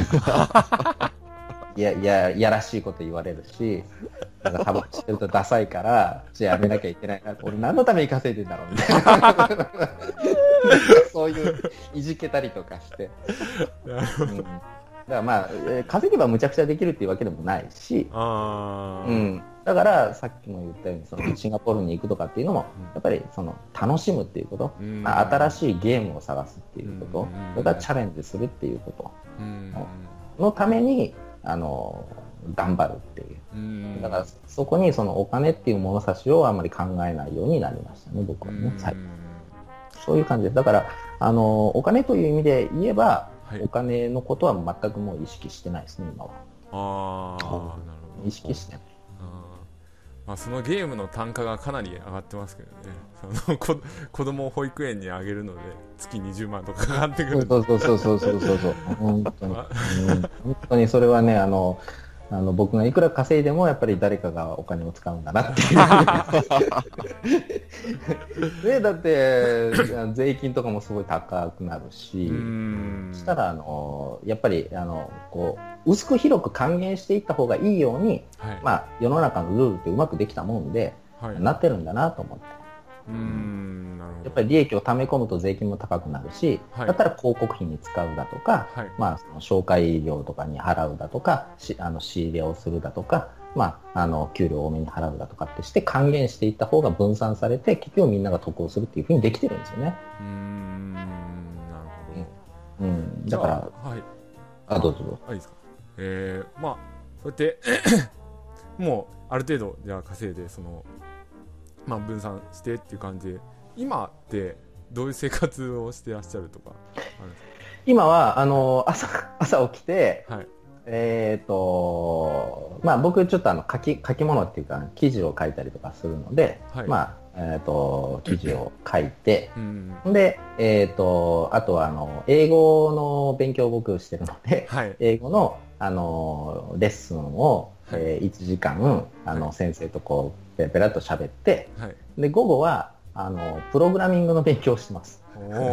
ないやらしいこと言われるし、なんかタバコしてるとダサいからやめなきゃいけないな、俺何のために稼いでんだろうみたいなそういういじけたりとかして、だから稼げばむちゃくちゃできるっていうわけでもないし、だからさっきも言ったようにシンガポールに行くとかっていうのもやっぱり楽しむっていうこと、新しいゲームを探すっていうこと、それからチャレンジするっていうことのために頑張るっていう、だからそこにお金っていう物差しをあんまり考えないようになりましたね、僕はね。そういう感じです。だからお金という意味で言えば、お金のことは全くもう意識してないですね、今は。 なるほど。 意識してない。 そのゲームの単価がかなり上がってますけどね。子供を保育園にあげるので月20万とかかかってくる。 そう本当にそれはね、僕がいくら稼いでもやっぱり誰かがお金を使うんだなっていうだって税金とかもすごい高くなるし、そしたらやっぱり薄く広く還元していった方がいいように、世の中のルールってうまくできたもんで、なってるんだなと思って。やっぱり利益を貯め込むと税金も高くなるし、だったら広告費に使うだとか、紹介料とかに払うだとか、仕入れをするだとか、給料多めに払うだとかってして還元していった方が分散されて、結局みんなが得をするっていうふうにできてるんですよね。 なるほど。 だからどうぞ。 いいですか。そうやってもうある程度じゃあ稼いで分散してっていう感じで、今ってどういう生活をしてらっしゃるとかあるんですか？ 今は朝起きて、僕ちょっと書き物っていうか記事を書いたりとかするので、記事を書いて、で、あとは英語の勉強を僕してるので、英語のレッスンを 1時間先生とこうペラペラと喋って、で午後はプログラミングの勉強をしてます。これ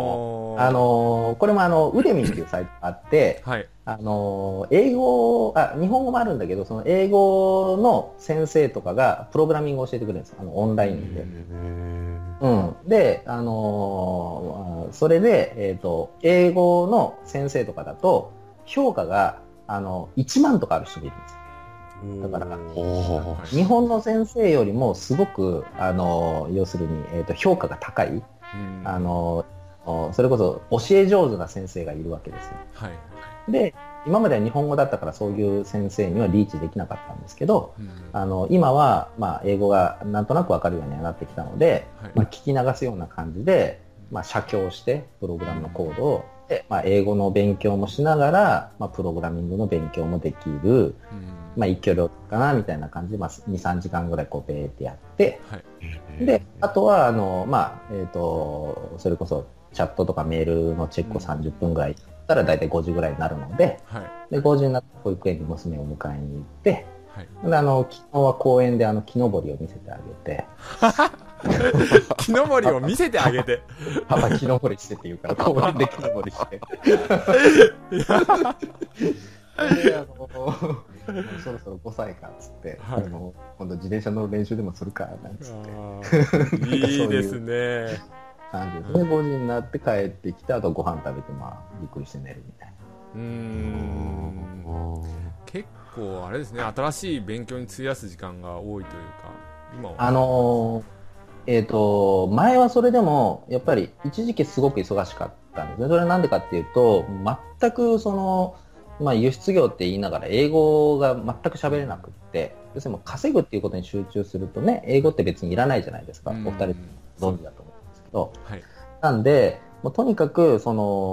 もウデミっていうサイトがあって、英語日本語もあるんだけど、その英語の先生とかがプログラミングを教えてくれるんです。オンラインで。で、それで、英語の先生とかだと評価が1万とかある人がいるんですよ。だから日本の先生よりもすごく要するに、評価が高い、それこそ教え上手な先生がいるわけですよ。で今までは日本語だったからそういう先生にはリーチできなかったんですけど、今は、英語がなんとなく分かるようにはなってきたので、聞き流すような感じで、写経してプログラムのコードをで、英語の勉強もしながら、プログラミングの勉強もできる、一挙両得かなみたいな感じで、2、3時間ぐらいこうベーってやって、であとはそれこそチャットとかメールのチェックを30分ぐらいやったら大体5時ぐらいになるので、で5時になって保育園に娘を迎えに行って、で昨日は公園で木登りを見せてあげて木登りを見せてあげてパパ木登りしてって言うから公園で木登りしてでそろそろ5歳かっつって、今度自転車の練習でもするかなんつっていいですね。 なんですね。5時になって帰ってきて、あとご飯食べてゆっくりして寝るみたいな。 結構あれですね、新しい勉強に費やす時間が多いというか、今は前はそれでもやっぱり一時期すごく忙しかったんですね。それはなんでかっていうと、全く輸出業って言いながら英語が全く喋れなくって、要するに稼ぐっていうことに集中するとね、英語って別にいらないじゃないですか。お二人ご存知だと思うんですけど、なんでもうとにかく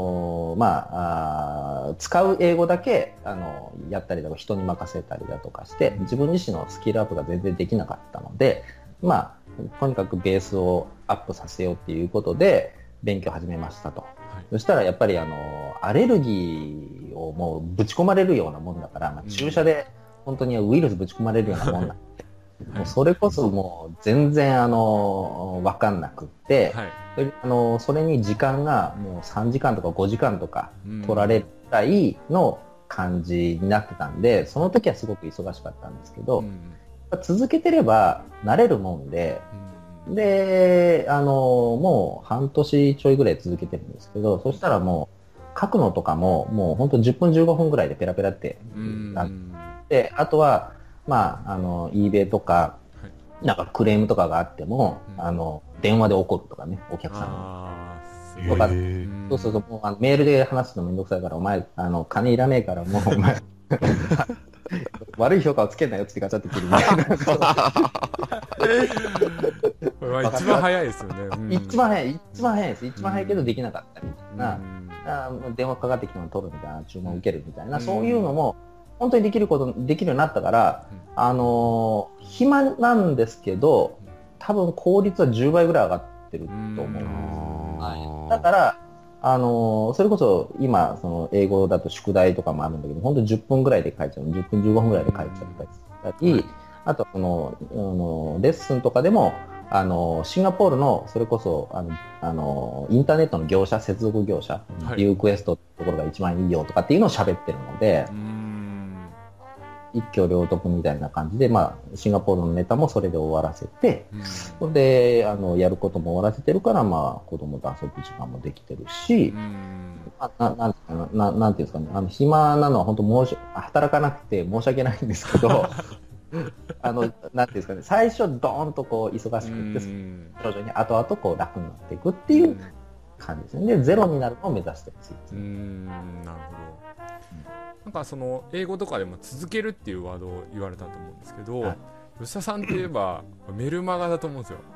使う英語だけやったりとか人に任せたりだとかして、自分自身のスキルアップが全然できなかったので、とにかくベースをアップさせようっていうことで勉強を始めましたと。そしたらやっぱりアレルギーをもうぶち込まれるようなもんだから、注射で本当にウイルスぶち込まれるようなもんなんで、もうそれこそもう全然分かんなくって、それに時間がもう3時間とか5時間とか取られるくらいの感じになってたんで、その時はすごく忙しかったんですけど、続けてれば慣れるもんで、もう半年ちょいぐらい続けてるんですけど、そしたらもう書くのとかももう本当10分15分ぐらいでペラペラってなって、あとはeBay とかなんかクレームとかがあっても、電話で怒るとかね、お客さんにとか、そうもうメールで話すのめんどくさいから、お前金いらねえからもうお前悪い評価をつけんなよってガチャって切るみたいなこれは一番早いですよね。 一番早いです。一番早いけどできなかったみたいな、電話かかってきたのを取るみたいな、注文を受けるみたいな、そういうのも本当にできるようになったから、暇なんですけど、多分効率は10倍ぐらい上がってると思う。だからそれこそ今英語だと宿題とかもあるんだけど、本当に10分ぐらいで書いちゃう、10分15分ぐらいで書いちゃったり、あとレッスンとかでもシンガポールのそれこそインターネットの業者、接続業者、リュークエストってところが一番いいよとかっていうのを喋ってるので、一挙両得みたいな感じで、シンガポールのネタもそれで終わらせて、それでやることも終わらせてるから、子供と遊ぶ時間もできてるし、なんていうんですかね、暇なのは本当働かなくて申し訳ないんですけどなんていうんですかね、最初ドーンとこう忙しくて、徐々に後々こう楽になっていくっていう感じですね。でゼロになるのを目指してます。 なるほど。なんか英語とかでも続けるっていうワードを言われたと思うんですけど、吉田さんといえばメルマガだと思うんですよ。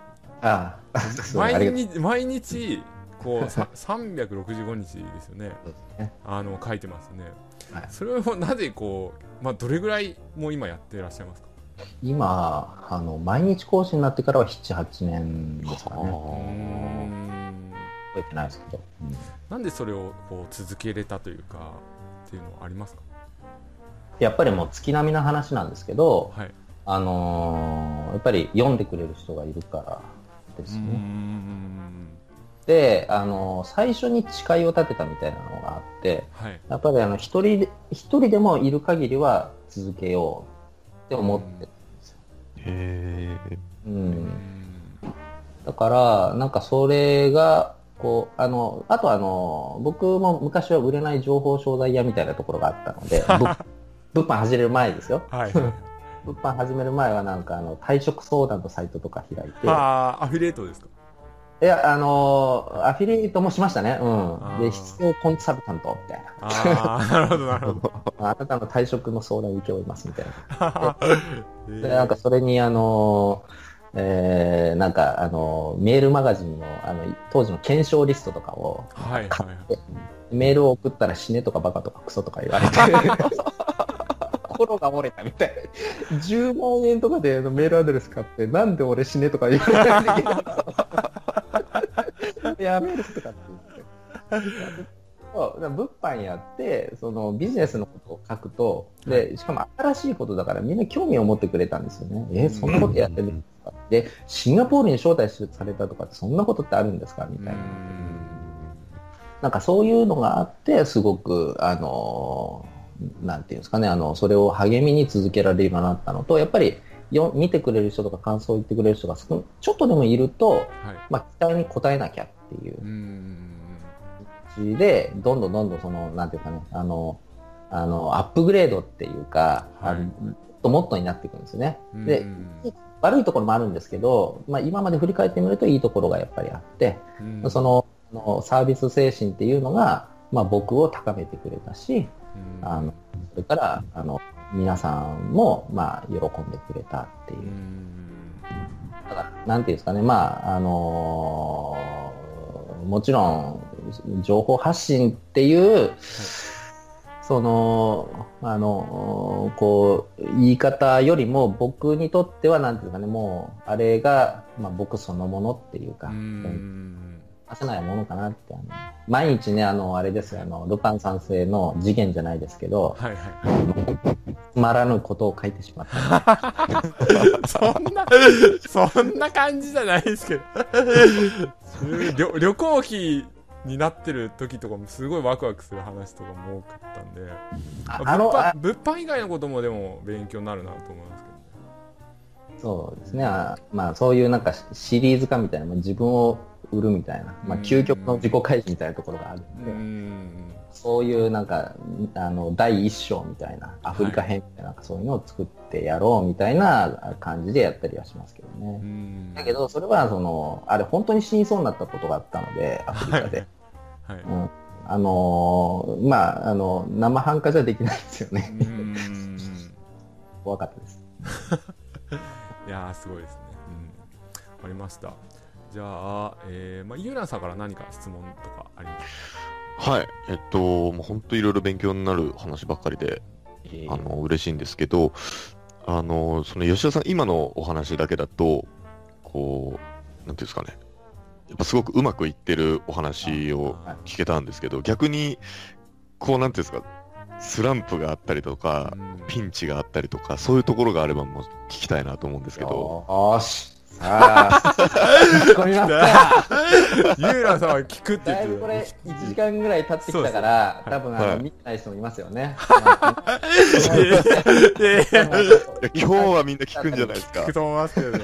毎日こう365日ですよね。書いてますね。それをなぜこう、どれぐらいもう今やってらっしゃいますか？ 今毎日講師になってからは 7,8 年ですかね。覚えてないですけど、 なんでそれをこう続けれたというかっていうのはありますか？ やっぱりもう月並みな話なんですけど、 はい、 やっぱり読んでくれる人がいるからですね。で、最初に誓いを立てたみたいなのがあって、はい、やっぱり一人でもいる限りは続けようって思ってるんですよ。 へー。 だからなんかそれがこうあと僕も昔は売れない情報商材屋みたいなところがあったので物販始める前ですよ。はい、物販始める前はなんか退職相談のサイトとか開いて。 アフィリエイトですか？ いや、アフィリエイトもしましたね。で、必要コンサルタントみたいな。 なるほど、なるほど。 あなたの退職の相談を受け負いますみたいな。で、なんかそれになんかメールマガジンの当時の検証リストとかを買って、メールを送ったら死ねとかバカとかクソとか言われて、心が折れたみたいな。10万円とかでメールアドレス買って、なんで俺死ねとか言われなきゃいけないのやめるとかって言って。物販やってそのビジネスのことを書くと、でしかも新しいことだからみんな興味を持ってくれたんですよね。そんなことやってるんですか、でシンガポールに招待されたとかってそんなことってあるんですかみたいな、なんかそういうのがあってすごくなんていうんですかね、それを励みに続けられるようになったのと、やっぱり見てくれる人とか感想を言ってくれる人がちょっとでもいると、期待に応えなきゃっていうでどんどんそのなんていうかね、アップグレードっていうか、もっとになっていくんですよね。で悪いところもあるんですけど、今まで振り返ってみるといいところがやっぱりあって、そのサービス精神っていうのが、僕を高めてくれたし、それから皆さんも喜んでくれたっていう。だからなんていうんですかね、もちろん情報発信っていう、そのこう言い方よりも僕にとってはなんていうかね、もうあれが僕そのものっていうか。出せないものかなって、毎日ね、あれですよ、ルパン三世の次元じゃないですけど、つまらぬことを書いてしまった。 そんな感じじゃないですけど旅行記になってる時とかもすごいワクワクする話とかも多かったんで、物販以外のこともでも勉強になるなと思いますけどね。 そうですね、そういうなんかシリーズ化みたいな、自分を売るみたいな、究極の自己開示みたいなところがあるので、そういうなんか第一章みたいなアフリカ編みたいな、そういうのを作ってやろうみたいな感じでやったりはしますけどね。だけどそれはあれ本当に死にそうになったことがあったので、アフリカで、生半可じゃできないですよね。怖かったです。 いやーすごいですね。わかりました。じゃあ、ユーランさんから何か質問とかありますか？ はい、もう本当いろいろ勉強になる話ばっかりで、嬉しいんですけど、その吉田さん今のお話だけだと、こうなんていうんですかね、やっぱすごくうまくいってるお話を聞けたんですけど、逆にこうなんていうんですか、スランプがあったりとか、ピンチがあったりとか、そういうところがあればもう聞きたいなと思うんですけど。 よし。聞こえました。 ユーラさんは聞くって言ってる。 だいぶこれ1時間ぐらい経ってきたから、多分見てない人もいますよね。 今日はみんな聞くんじゃないですか。 聞くと思いますけどね。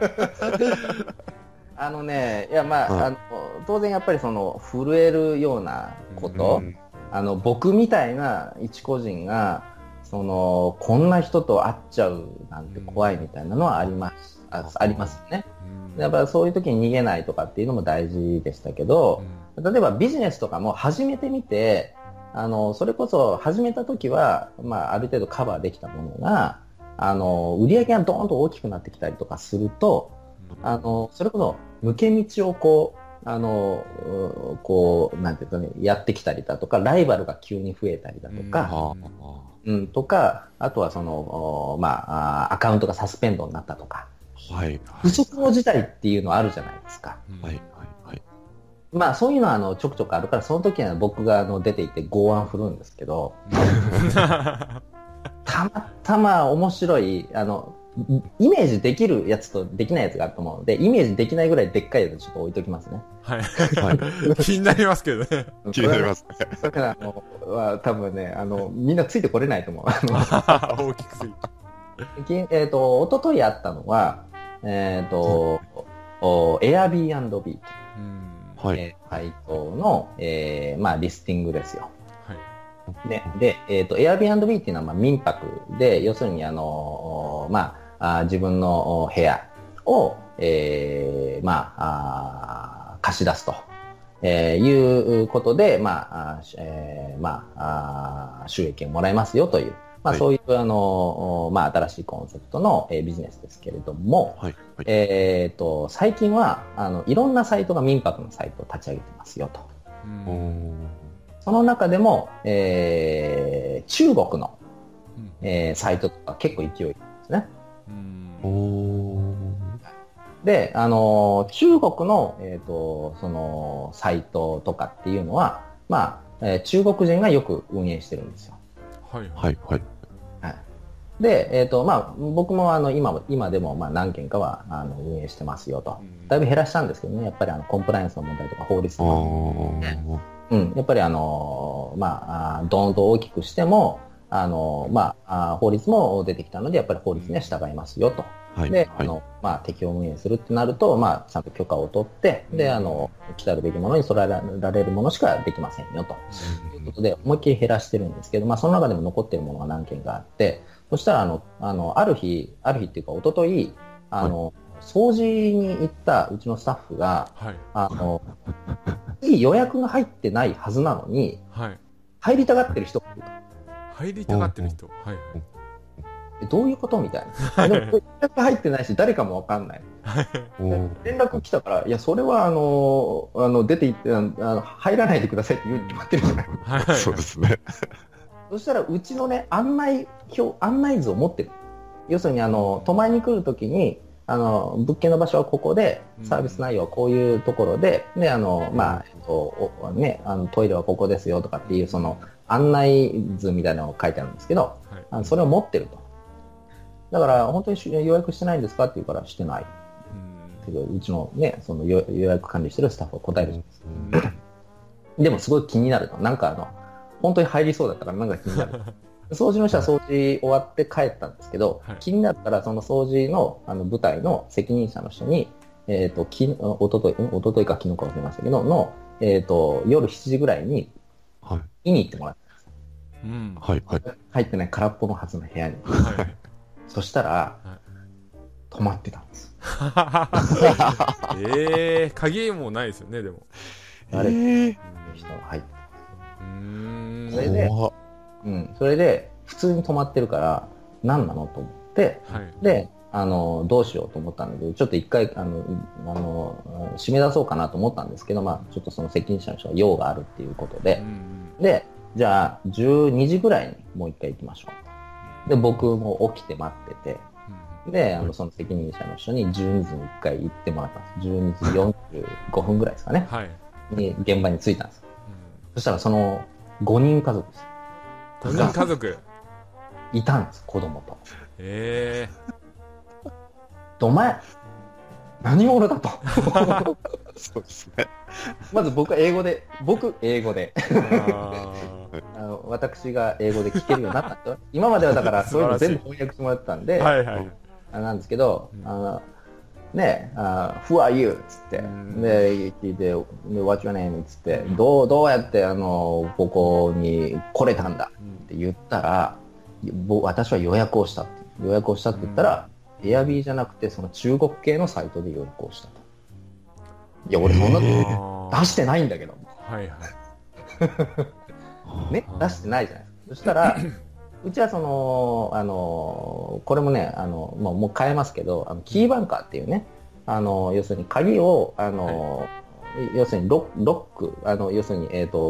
いや当然やっぱりその震えるようなこと、僕みたいな一個人がこんな人と会っちゃうなんて怖いみたいなのはありますよね。やっぱりそういう時に逃げないとかっていうのも大事でしたけど、例えばビジネスとかも始めてみて、それこそ始めた時は、ある程度カバーできたものが、売り上げがドーンと大きくなってきたりとかすると、それこそ抜け道をなんていうかね、やってきたりだとか、ライバルが急に増えたりだとか、あとはアカウントがサスペンドになったとか、不測の事態っていうのはあるじゃないですか。そういうのはちょくちょくあるから、その時は僕が出ていて剛腕振るんですけど、 たまたま面白い、イメージできるやつとできないやつがあると思うので、イメージできないぐらいでっかいやつちょっと置いときますね。 はい。気になりますけどね。 気になりますね。 だから、多分ね、みんなついてこれないと思う。 大きくすぎて。 おとといあったのは、Airbnb はい。 サイトの、まあ、リスティングですよ。 はい。 で、Airbnb っていうのは、まあ、民泊で、要するに、まあ、自分の部屋を、まあ、貸し出すと、いうことで、まあ、収益をもらえますよという、まあ、そういう、まあ、新しいコンセプトの、ビジネスですけれども、 はい。 最近は、いろんなサイトが民泊のサイトを立ち上げてますよと。その中でも、中国の、サイトとか結構勢いですね。で、中国の、そのサイトとかっていうのは、まあ、中国人がよく運営してるんですよ。 はいはいはい。 で、まあ、僕も今でもまあ何件かは運営してますよと。だいぶ減らしたんですけどね、やっぱりコンプライアンスの問題とか法律の問題で、やっぱりまあ、どんと大きくしても、まあ、法律も出てきたので、やっぱり法律には従いますよと。で、まあ、適用運営するってなると、まあ、ちゃんと許可を取って、で、来たるべきものに揃えられるものしかできませんよと。いうことで、思いっきり減らしてるんですけど、まあ、その中でも残っているものが何件かあって、そしたら、ある日っていうか、一昨日掃除に行ったうちのスタッフが、いい予約が入ってないはずなのに、入りたがってる人がいると。 入りたがってる人、はい。 どういうことみたいな。でも予約入ってないし、誰かもわかんない。連絡来たから、いや、それは出て行って入らないでくださいって言うに決まってるじゃない。 そうですね。 そしたらうちのね、案内図を持ってる。要するに泊まりに来るときに物件の場所はここで、サービス内容はこういうところで、でまあね、トイレはここですよとかっていうその案内図みたいなのが書いてあるんですけど、それを持ってると。だから本当に予約してないんですかって言うからしてない。うちのね、その予約管理してるスタッフが答えるんです。でもすごい気になると。なんか本当に入りそうだったからなんか気になる。掃除の人は掃除終わって帰ったんですけど、気になったらその掃除の部隊の責任者の人に、おとといか昨日か忘れましたけど、夜7時ぐらいに見に行ってもらったんです。入ってない空っぽのはずの部屋に。そしたら、止まってたんです。 鍵もないですよね、でも。 人が入ってた。それで、普通に止まってるから、何なのと思って、で、どうしようと思ったんだけど、ちょっと一回、締め出そうかなと思ったんですけど、まあ、ちょっとその責任者の人が用があるっていうことで、で、じゃあ、12時ぐらいにもう一回行きましょう。で、僕も起きて待ってて、で、その責任者の人に12時に1回行ってもらったんです。12時45分ぐらいですかね。に現場に着いたんです。そしたらその5人家族です。 5人家族いたんです、子供と。お前、何者だと。 そうですね。 まず僕英語で。私が英語で聞けるようになったんですよ。今まではだからそういうの全部翻訳してもらってたんで、なんですけど、ね、Who are you? つって、で、聞いて、What's your name? つって、どうやってここに来れたんだって言ったら、私は予約をしたって言ったら、エアビーじゃなくて、その中国系のサイトで予約をしたと。いや、俺そんな出してないんだけど。ね、出してないじゃないですか。そしたら、うちはその、これもね、もう変えますけど、キーバンカーっていうね、要するに鍵を、要するにロック、要するに、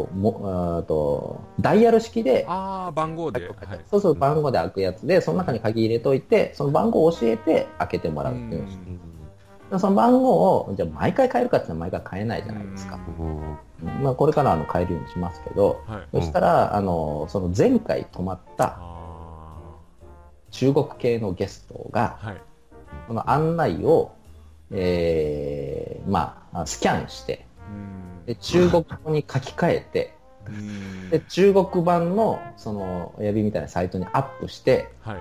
ダイヤル式で、 番号で。 そうそう、番号で開くやつで、その中に鍵入れといて、その番号を教えて開けてもらうっていうんです。その番号を、じゃあ毎回変えるかって言ったら毎回変えないじゃないですか。まあ、これから変えるようにしますけど、そしたら、その前回泊まった中国系のゲストが、 はい。 この案内を、スキャンして、で中国語に書き換えて、で中国版のそのエアビーみたいなサイトにアップして、はい、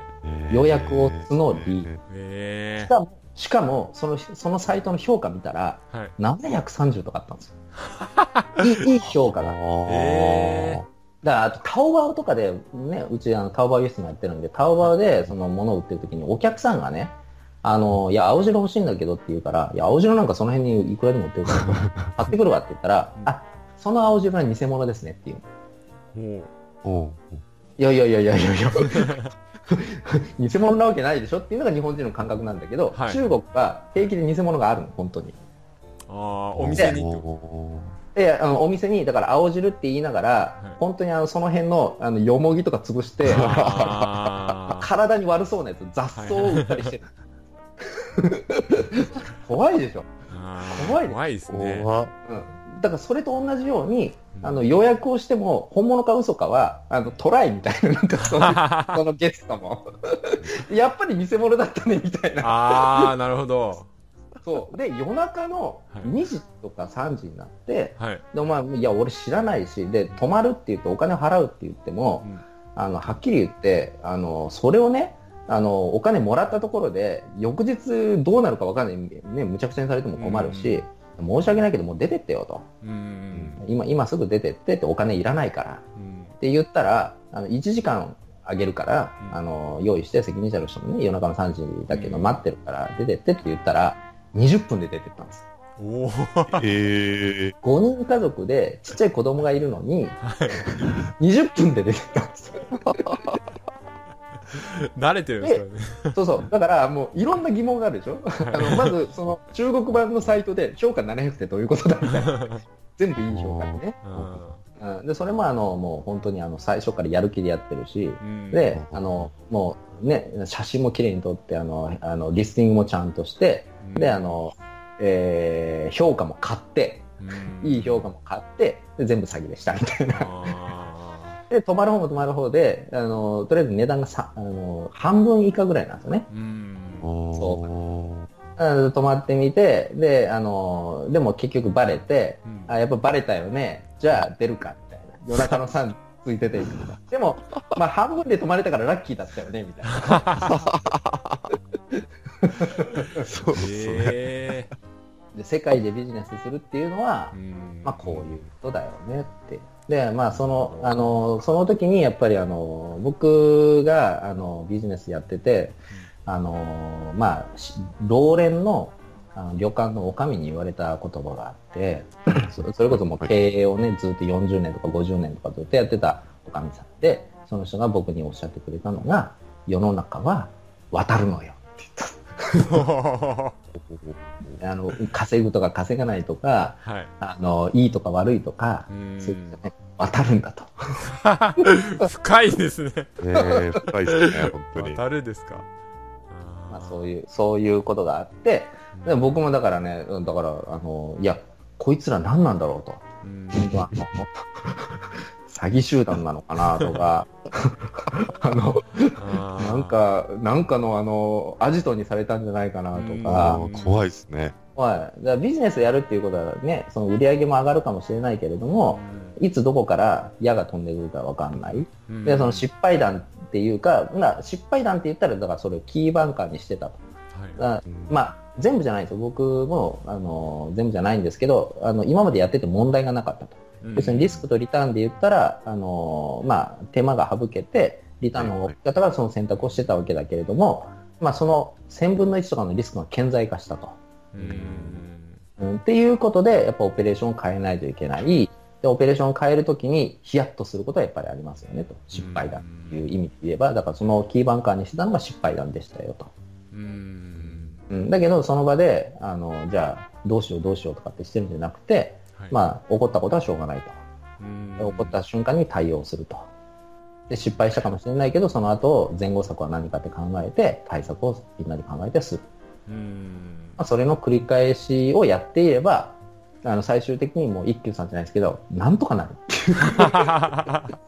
予約を募り、しかもそのサイトの評価見たら、はい、730とかあったんですよ。いい評価が。だからあとタオバオとかでね、うちタオバオ輸出もやってるんで、タオバオでその物を売ってる時にお客さんがね、いや青白欲しいんだけどって言うから、いや青白なんかその辺にいくらでも売ってるから買ってくるわって言ったら、あ、その青白は偽物ですねっていう。いや偽物なわけないでしょっていうのが日本人の感覚なんだけど、はい、中国は平気で偽物があるの、本当に。 お店にお店にだから青汁って言いながら、はい、本当にその辺のよもぎとか潰して体に悪そうなやつ雑草を売ったりしてる。怖いでしょ。 怖いですね。 だからそれと同じように予約をしても本物か嘘かはトライみたいな、なんかそのゲストもやっぱり偽物だったねみたいな。 なるほど。 そうで夜中の2時とか3時になって、はい、でいや俺知らないし、で泊まるって言ってお金を払うって言っても、はっきり言ってそれをねお金もらったところで翌日どうなるか分かんないね、むちゃくちゃにされても困るし、申し訳ないけどもう出てってよと、今すぐ出てってお金いらないから、って言ったら1時間あげるから、用意して責任者の人もね夜中の3時だけど待ってるから出てってって言ったら20分で出てったんです。5人家族でちっちゃい子供がいるのに、20分で出てったんですよ。 慣れてるんですかね。 そうだからもういろんな疑問があるでしょ。まずその中国版のサイトで評価700ってどういうことだみたいな。全部いい評価でね。でそれももう本当に最初からやる気でやってるし、でもうね写真も綺麗に撮ってリスティングもちゃんとして、で評価も買って、いい評価も買ってで全部詐欺でしたみたいな。で泊まる方も泊まる方でとりあえず値段が半分以下ぐらいなんですよね。そう泊まってみて、ででも結局バレて、やっぱバレたよね、じゃあ出るかみたいな、夜中の3時ついてていくとか。でも、半分で泊まれたからラッキーだったよねみたいな。 そうですね。 で世界でビジネスするっていうのは、こういうことだよねって。でその時にやっぱり僕がビジネスやってて、老練の旅館の女将に言われた言葉があってそれこそもう経営をねずっと40年とか50年とかずっとやってた女将さんで、その人が僕におっしゃってくれたのが、世の中は渡るのよって言った稼ぐとか稼がないとか、はい、いいとか悪いとか、そういうのね、渡るんだと。 深いですね。 深いですね、本当に。 渡るですか。 そういうことがあって、で僕もだからね、いやこいつら何なんだろうと、詐欺集団なのかなとかなんかのアジトにされたんじゃないかなとか。 怖いですね。 だからビジネスやるっていうことはね、その売り上げも上がるかもしれないけれども、いつどこから矢が飛んでくるか分かんない。でその失敗談っていうか、失敗談って言ったらだからそれをキーバンカーにしてたと。全部じゃないですよ。僕も全部じゃないんですけど、今までやってて問題がなかったと。別にリスクとリターンで言ったら手間が省けてリターンの大きかったからその選択をしてたわけだけれども、その1000分の1とかのリスクが顕在化したと。っていうことでやっぱオペレーションを変えないといけない。でオペレーションを変えるときにヒヤッとすることはやっぱりありますよねと。失敗談という意味で言えば、だからそのキーバンカーにしてたのが失敗談でしたよと。だけどその場でじゃあどうしようとかってしてるんじゃなくて、起こったことはしょうがないと。起こった瞬間に対応すると。で失敗したかもしれないけど、その後前後策は何かって考えて対策をみんなで考えてする。それの繰り返しをやっていれば最終的にもう一休さんじゃないですけどなんとかなるっていう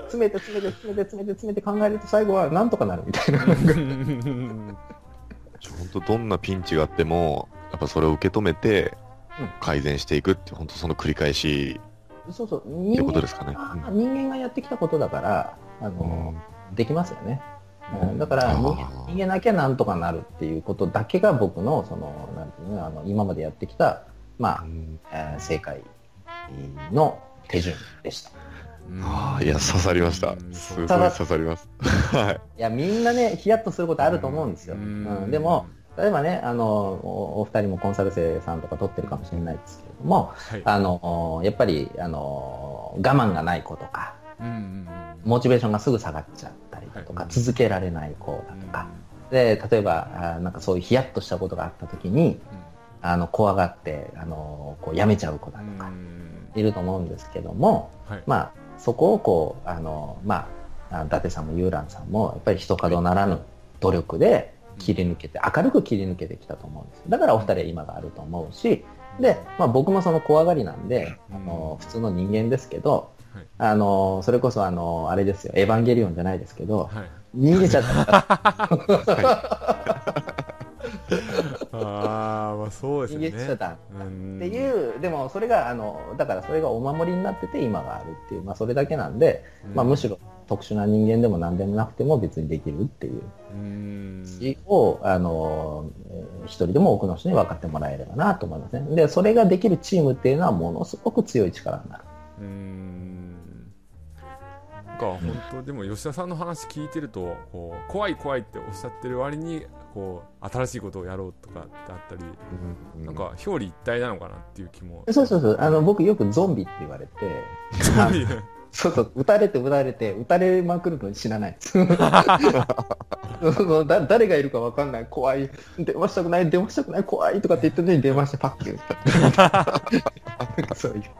詰めて考えると最後はなんとかなるみたいな。 本当どんなピンチがあってもやっぱそれを受け止めて改善していくって本当その繰り返しそうそう、 ってことですかね。 人間がやってきたことだからできますよね。だから人間だけはなんとかなるっていうことだけが僕のなんていうの、今までやってきた、正解の手順でした。 いや刺さりました。すごい刺さります。 いやみんなねヒヤッとすることあると思うんですよ。でも例えばねお二人もコンサル生さんとか取ってるかもしれないですけれども、やっぱり我慢がない子とか、モチベーションがすぐ下がっちゃったりだとか、続けられない子だとか、で例えばなんかそういうヒヤッとしたことがあった時に怖がってこうやめちゃう子だとかいると思うんですけども、そこを伊達さんもユーランさんもやっぱり一角ならぬ努力で切り抜けて、明るく切り抜けてきたと思うんです。だからお二人は今があると思うし、で、僕もその怖がりなんで普通の人間ですけど、それこそあれですよ、エヴァンゲリオンじゃないですけど、逃げちゃったからそうですね。 逃げちゃったっていう、でもそれがだからそれがお守りになってて今があるっていう、それだけなんで、むしろ特殊な人間でも何でもなくても別にできるっていうを一人でも多くの人に分かってもらえればなと思いますね。でそれができるチームっていうのはものすごく強い力になる。 本当でも吉田さんの話聞いてると怖いっておっしゃってる割に新しいことをやろうとかってあったり、なんか表裏一体なのかなっていう気も。 そう僕よくゾンビって言われてそう撃たれまくるのに死なない誰がいるか分かんない、怖い、電話したくない怖いとかって言ってるのに電話してパッキューそういう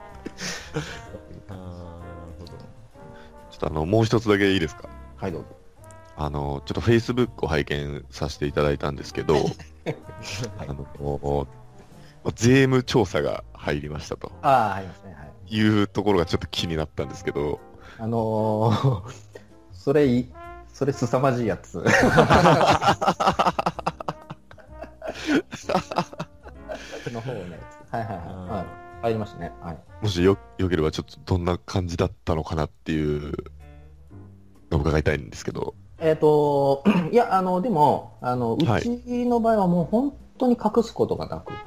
もう一つだけいいですか。 はいどうぞ。 ちょっとフェイスブックを拝見させていただいたんですけど、税務調査が入りましたと入りますね、 いうところがちょっと気になったんですけど、 それ凄まじいやつの方のやつ入りましたね。 もしよければちょっとどんな感じだったのかなっていうのを伺いたいんですけど。 いやでもうちの場合はもう本当に隠すことがなくって、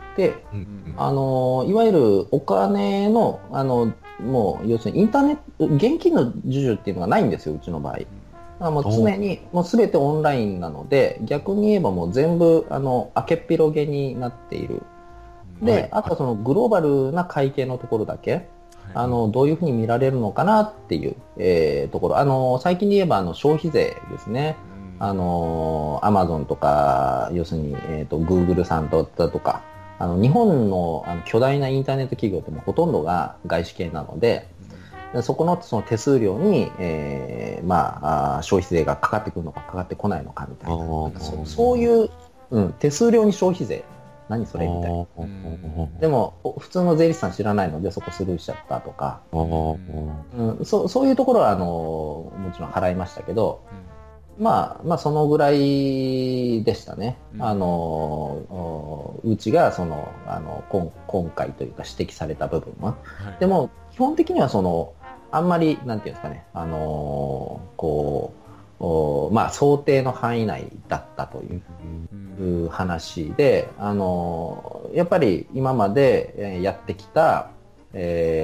いわゆるお金のもう要するにインターネット現金の授受っていうのがないんですよ、うちの場合。もう常にもう全てオンラインなので、逆に言えばもう全部開けっぴろげになっている。で、あとそのグローバルな会計のところだけ、どういうふうに見られるのかなっていう、ところ、最近で言えば消費税ですね。アマゾンとか要するにGoogle さんだとか日本の巨大なインターネット企業ってもほとんどが外資系なので、そこの手数料に、消費税がかかってくるのかかかってこないのかみたいな、そういう、手数料に消費税何それみたいな。でも普通の税理士さん知らないのでそこスルーしちゃったとか、そういうところはもちろん払いましたけど、そのぐらいでしたね。うちが今回というか指摘された部分は、でも基本的にはあんまりなんていうんですかね、想定の範囲内だったという話で、やっぱり今までやってきた、こ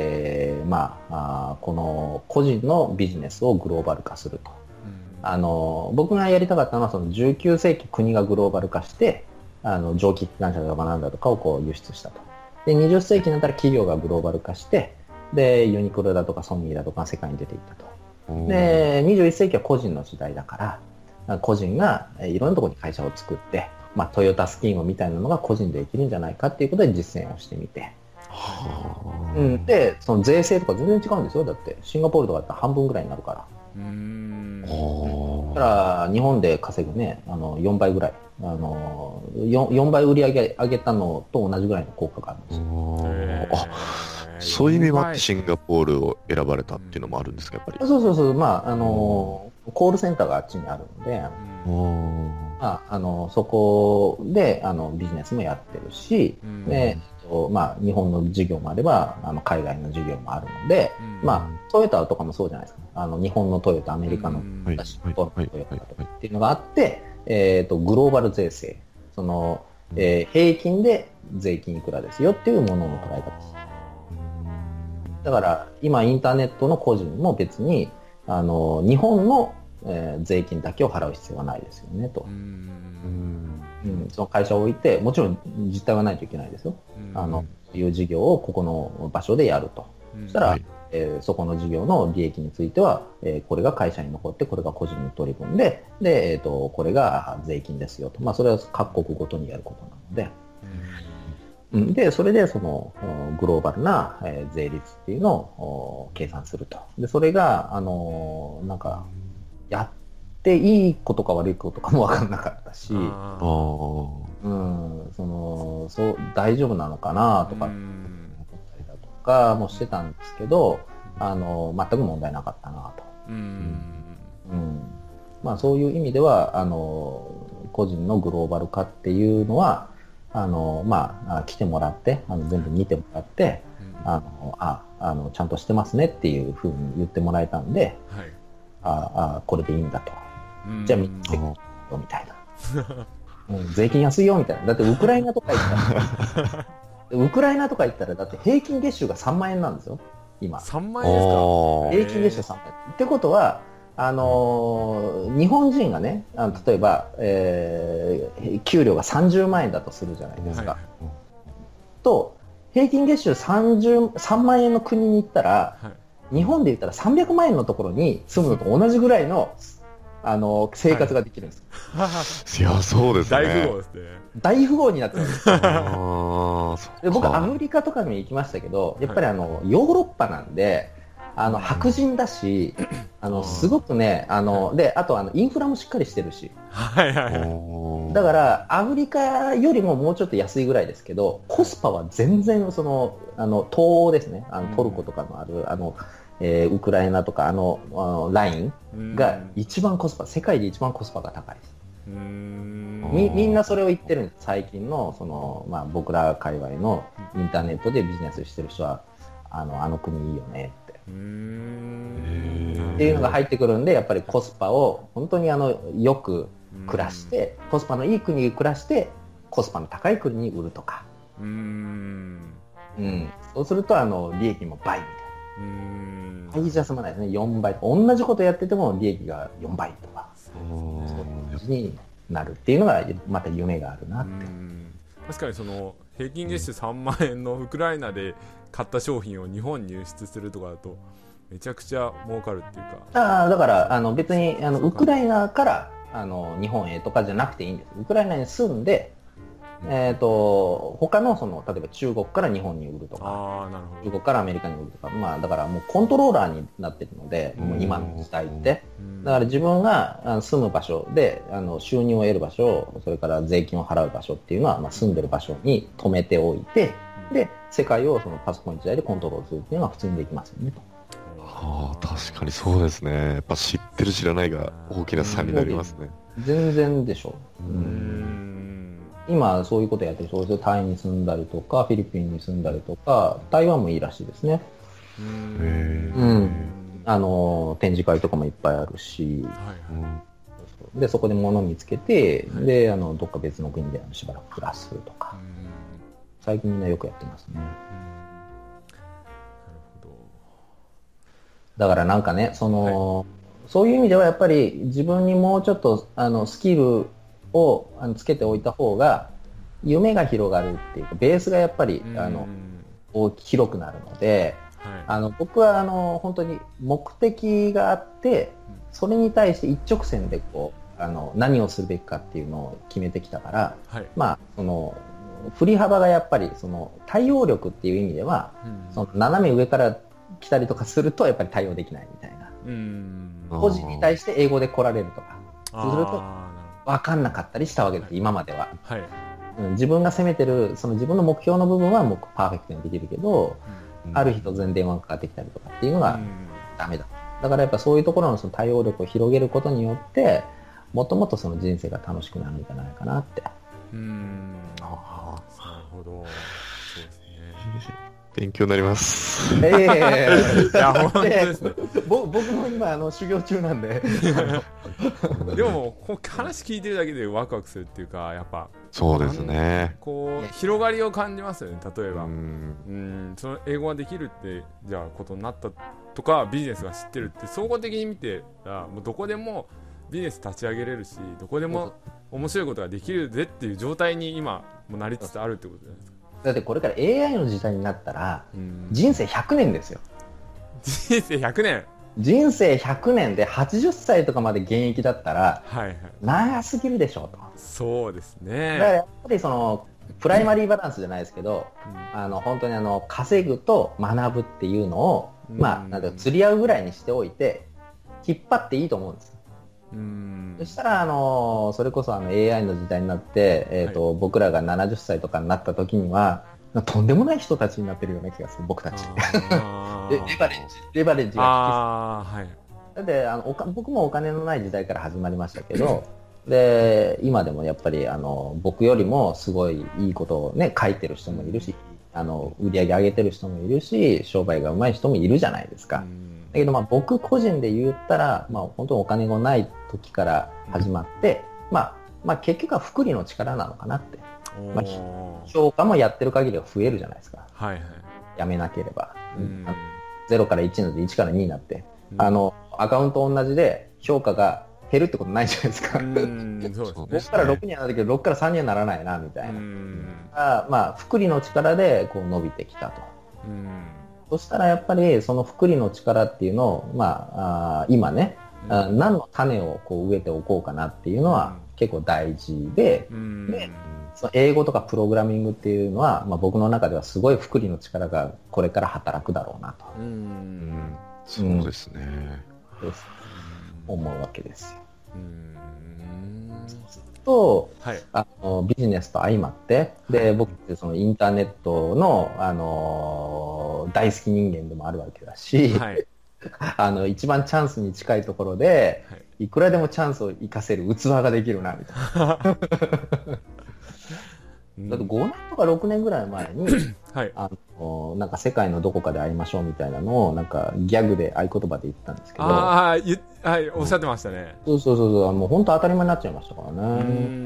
の個人のビジネスをグローバル化すると。僕がやりたかったのは19世紀国がグローバル化して蒸気機関車とかなんだとかを輸出したと。で20世紀になったら企業がグローバル化してでユニクロだとかソニーだとか世界に出ていったと。で21世紀は個人の時代だから個人がいろんなところに会社を作って、トヨタスキームみたいなのが個人でできるんじゃないかっていうことで実践をしてみて、でその税制とか全然違うんですよ。だってシンガポールとかだったら半分ぐらいになるから。だから日本で稼ぐね4倍ぐらい4倍売り上げ上げたのと同じぐらいの効果があるんですよ。 そういう意味もあってシンガポールを選ばれたっていうのもあるんですか、やっぱり。 そうそうそう、まあ、コールセンターがあっちにあるので、まあ、そこでビジネスもやってるし、でまあ、日本の事業もあれば海外の事業もあるので、まあ、トヨタとかもそうじゃないですか。日本のトヨタ、アメリカのトヨタっていうのがあって、グローバル税制、平均で税金いくらですよっていうものの捉え方です。だから今インターネットの個人も別に日本の、税金だけを払う必要はないですよねと。その会社を置いて、もちろん実態はないといけないですよ。そういう事業をここの場所でやると。そしたら、そこの事業の利益については、これが会社に残ってこれが個人に取り込んで、これが税金ですよと。まあ、それは各国ごとにやることなので、でそれでそのグローバルな、税率っていうのを計算すると。でそれがなんかやっていいことか悪いことかも分かんなかったし、大丈夫なのかなとか思ったりだとかもしてたんですけど、全く問題なかったなと。まあ、そういう意味では個人のグローバル化っていうのはまあ、来てもらって全部見てもらってちゃんとしてますねっていうふうに言ってもらえたんで、これでいいんだと。じゃあみんなでみたいな税金安いよみたいな。だってウクライナとか行ったらウクライナとか行ったらだって平均月収が3万円なんですよ今。 3万円ですか。 平均月収3万円ってことは日本人がね例えば、給料が30万円だとするじゃないですか、と平均月収3万円の国に行ったら、日本で言ったら300万円のところに住むのと同じぐらいの生活ができるんです。 いや、そうですね。 大富豪ですね。 大富豪になってるんですで僕アフリカとかにも行きましたけど、やっぱりヨーロッパなんで白人だしすごくねであとインフラもしっかりしてるし、だからアフリカよりももうちょっと安いぐらいですけど、コスパは全然東欧ですね、トルコとかのあるウクライナとかラインが一番コスパ、世界で一番コスパが高いです。みんなそれを言ってるんです。最近のまあ、僕ら界隈のインターネットでビジネスしてる人は国いいよねってっていうのが入ってくるんで、やっぱりコスパを本当によく暮らして、コスパのいい国に暮らしてコスパの高い国に売るとか、そうすると利益も倍みたいな、倍じゃ済まないですね。4倍、同じことやってても利益が4倍とかそういう感じになるっていうのがまた夢があるなって。 確かに平均月収3万円のウクライナで買った商品を日本に輸出するとかだとめちゃくちゃ儲かるっていうか。 だから別にウクライナから日本へとかじゃなくていいんです。ウクライナに住んで、他の例えば中国から日本に売るとか、中国からアメリカに売るとか、まあ、だからもうコントローラーになっているので、もう今の時代ってだから自分が住む場所で収入を得る場所、それから税金を払う場所っていうのは、まあ、住んでる場所に止めておいて、で世界をパソコン1台でコントロールするっていうのは普通にできますよねと。 確かにそうですね。やっぱ知ってる知らないが大きな差になりますね。 全然でしょ。今そういうことやってる人ですよ。タイに住んだりとかフィリピンに住んだりとか、台湾もいいらしいですね。展示会とかもいっぱいあるし、でそこで物を見つけて、でどっか別の国でしばらく暮らすとか、最近みんなよくやってますね。だからなんかね、そういう意味ではやっぱり自分にもうちょっとスキルをつけておいた方が夢が広がるっていうか、ベースがやっぱり広くなるので、僕は本当に目的があって、それに対して一直線で何をするべきかっていうのを決めてきたから、まあ振り幅がやっぱり対応力っていう意味では、斜め上から来たりとかするとやっぱり対応できないみたいな、個人に対して英語で来られるとかそうすると分かんなかったりしたわけです、今までは。自分が攻めてる自分の目標の部分はもうパーフェクトにできるけど、 ある日突然電話がかかってきたりとかっていうのがダメだ。だからやっぱそういうところのその対応力を広げることによって、もっともっとその人生が楽しくなるんじゃないかなって。 なるほど。そうですね。 勉強になります。 いや、本当ですね。 僕も今修行中なんで。 でも話聞いてるだけでワクワクするっていうか、やっぱそうですね。 こう広がりを感じますよね。例えばその英語ができるってじゃあことになったとか、ビジネスが知ってるって総合的に見てもうどこでもビジネス立ち上げれるし、どこでも面白いことができるぜっていう状態に今もなりつつあるってことじゃないですか。 だってこれから AI の時代になったら、人生100年ですよ。 人生100年。 人生100年で80歳とかまで現役だったら、 はいはい、 長すぎるでしょうと。 そうですね。 だからやっぱりそのプライマリーバランスじゃないですけど、本当に稼ぐと学ぶっていうのを、なんか釣り合うぐらいにしておいて引っ張っていいと思うんです。そしたらそれこそAI の時代になって、僕らが70歳とかになった時にはとんでもない人たちになってるような気がする、僕たち。レバレッジが効きすぎて。だって僕もお金のない時代から始まりましたけどで今でもやっぱり僕よりもすごいいいことをね書いてる人もいるし、売り上げ上げてる人もいるし、商売が上手い人もいるじゃないですか。だけど僕個人で言ったら、本当にお金がない時から始まって、結局は複利の力なのかなって。評価もやってる限りは増えるじゃないですか。やめなければ。0から1になって1から2になって、アカウント同じで評価が減るってことないじゃないですか。5から6にはなるけど6から3にはならないなみたいな。複利の力でこう伸びてきたと。そしたらやっぱりその複利の力っていうのを、今ね、何の種をこう植えておこうかなっていうのは結構大事で、その英語とかプログラミングっていうのは、僕の中ではすごい複利の力がこれから働くだろうなと。 そうですね。 思うわけですよ。と、ビジネスと相まって、で僕ってそのインターネットの、大好き人間でもあるわけだし、一番チャンスに近いところで、いくらでもチャンスを生かせる器ができるなみたいな。だって5年とか6年ぐらい前に、なんか世界のどこかで会いましょうみたいなのをなんかギャグで合言葉で言ったんですけど、 おっしゃってましたね。 そうもう本当当たり前になっちゃいましたからね。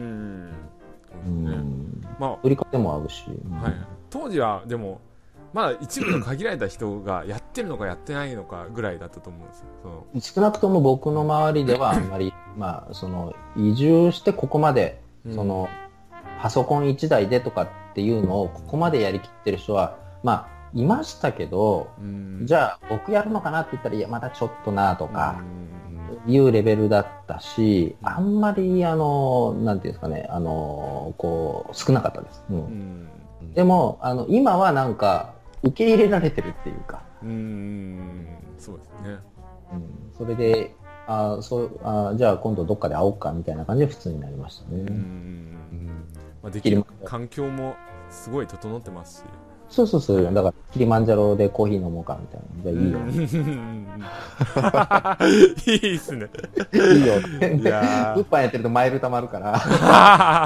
売り方も合うし、 当時はでもまだ一部の限られた人がやってるのかやってないのかぐらいだったと思うんですよ。 少なくとも僕の周りではあんまりその移住してここまでそのパソコン1台でとかっていうのをここまでやりきってる人はいましたけど、じゃあ僕やるのかなって言ったらいやまだちょっとなとかいうレベルだったし、あんまりなんていうんですかね、こう少なかったです。でも今はなんか受け入れられてるっていうか、 そうですね。 それでじゃあ今度どっかで会おうかみたいな感じで普通になりましたね。 できる環境もすごい整ってますし。 そうだからキリマンジャロでコーヒー飲もうかみたいな。じゃあいいよ。 いいっすね。 いいよ。物販やってるとマイル貯まるから。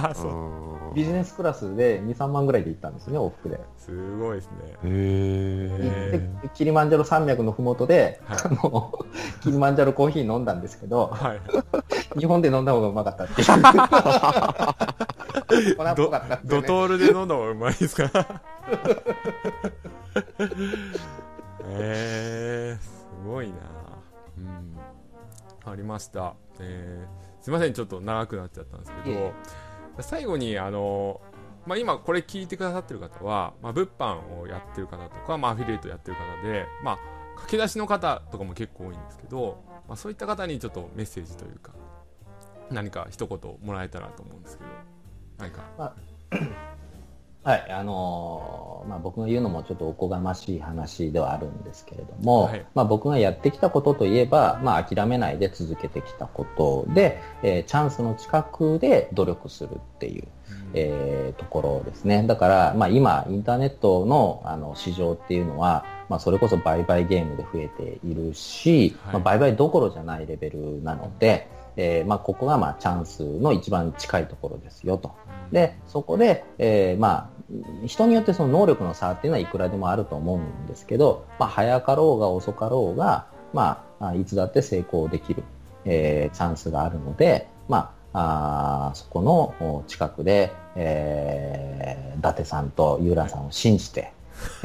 ビジネスクラスで2、3万ぐらいで行ったんですよね、往復で。 すごいですね。 キリマンジャロ山脈のふもとで、キリマンジャロコーヒー飲んだんですけど、日本で飲んだ方がうまかったっていう。 ドトールで飲んだ方がうまいですか。すごいな。ありました。すいません、ちょっと長くなっちゃったんですけど、最後に今これ聞いてくださってる方は、物販をやってる方とか、アフィリエイトやってる方で、駆け出しの方とかも結構多いんですけど、そういった方にちょっとメッセージというか何か一言もらえたらと思うんですけど、何か。 僕が言うのもちょっとおこがましい話ではあるんですけれども、僕がやってきたことといえば、諦めないで続けてきたことで、チャンスの近くで努力するっていう、 ところですね。だから、今、インターネットの、市場っていうのは、それこそ売買ゲームで増えているし、売買どころじゃないレベルなので、ここがチャンスの一番近いところですよと。で、そこで、人によってその能力の差っていうのはいくらでもあると思うんですけど、早かろうが遅かろうが、いつだって成功できる、チャンスがあるので、そこの近くで、伊達さんとユーランさんを信じて、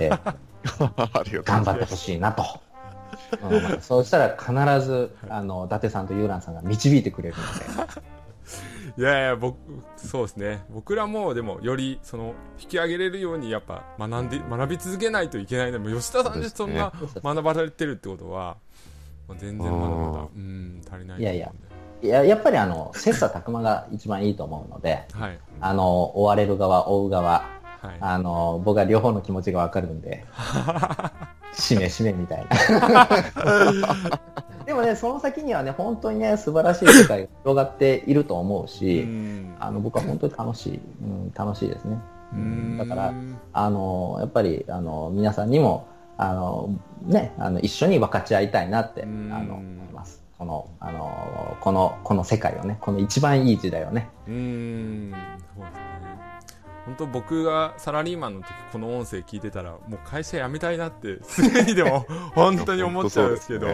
頑張ってほしいなと。そうしたら必ず伊達さんとユーランさんが導いてくれるので。 いやそうですね。僕らもでもよりその引き上げれるようにやっぱ学び続けないといけないね。吉田さんでそんな学ばれてるってことは、全然まだまだ足りない。 やっぱり切磋琢磨が一番いいと思うので、追われる側追う側、僕は両方の気持ちが分かるんでしめしめみたいなでもね、その先にはね、本当にね、素晴らしい世界が広がっていると思うし、僕は本当に楽しいですね。だからやっぱり皆さんにも一緒に分かち合いたいなって思います。この世界をね、この一番いい時代をね。 そうですね。本当僕がサラリーマンの時この音声聞いてたらもう会社辞めたいなってすぐにでも本当に思っちゃうんですけど、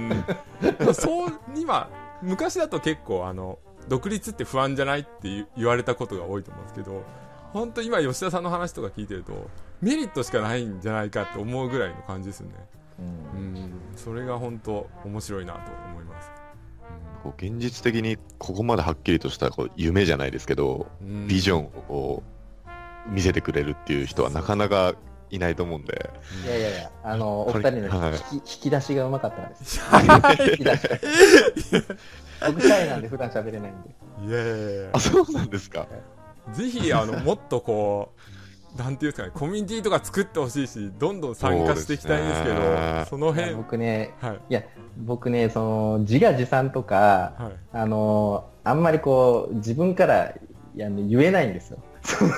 今昔だと結構独立って不安じゃないって言われたことが多いと思うんですけど、本当今吉田さんの話とか聞いてるとメリットしかないんじゃないかって思うぐらいの感じですよね。それが本当面白いなと思います。 現実的にここまではっきりとした夢じゃないですけど、ビジョンを見せてくれるっていう人はなかなかいないと思うんで。 いやお二人の引き出しがうまかったんです。引き出し僕シャイなんで普段喋れないんで。 そうなんですか。 ぜひもっとこうなんていうんですかね、コミュニティとか作ってほしいし、どんどん参加していきたいんですけど、その辺僕ね、その自画自賛とか、あんまり自分から言えないんですよ。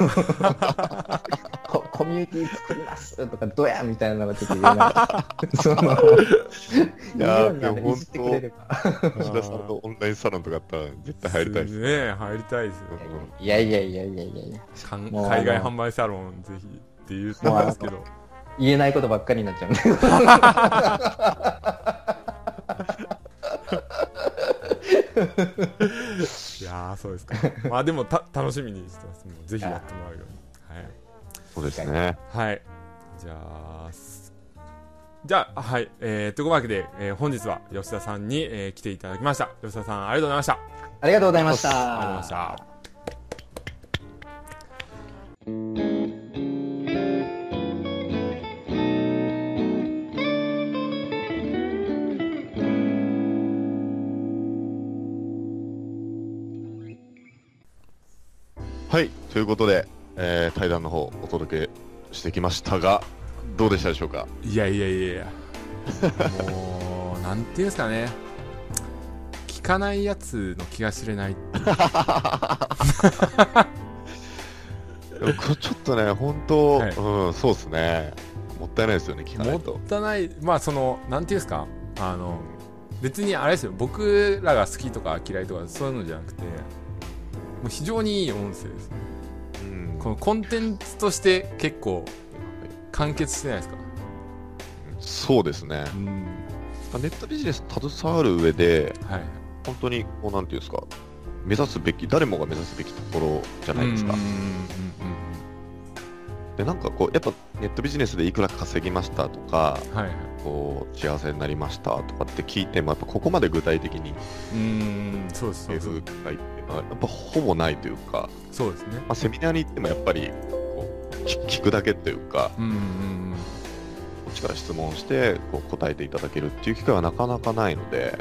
コミュニティ作りますとかドヤみたいなのがちょっと言えない。 本当吉田さんのオンラインサロンとかあったら絶対入りたいですね。入りたいですよ。 いや海外販売サロンぜひって言ったんですけど、 言えないことばっかりになっちゃうんで。 いやそうですか。でも楽しみにしてます。ぜひやってもらうように。 そうですね。 はい。じゃあはい。というわけで、本日は吉田さんに、来ていただきました。吉田さんありがとうございました。 ありがとうございました。 ありがとうございました。 はい、ということで、対談の方お届けしてきましたが、どうでしたでしょうか。 いやもうなんていうんですかね、聞かないやつの気が知れないっていうちょっとね、本当、そうですね、もったいないですよね、聞かないと。 もったいない。そのなんていうんですか、別にあれですよ、僕らが好きとか嫌いとかそういうのじゃなくて、もう非常にいい音声ですね。このコンテンツとして結構完結してないですか。 そうですね。ネットビジネス携わる上で、本当になんていうんですか、目指すべき、誰もが目指すべきところじゃないですか。でやっぱネットビジネスでいくら稼ぎましたとか、幸せになりましたとかって聞いても、やっぱここまで具体的にそうですね。 いう風なやっぱほぼないというか。 そうですね。 セミナーに行ってもやっぱり聞くだけというか、こっちから質問して答えていただけるっていう機会はなかなかないので、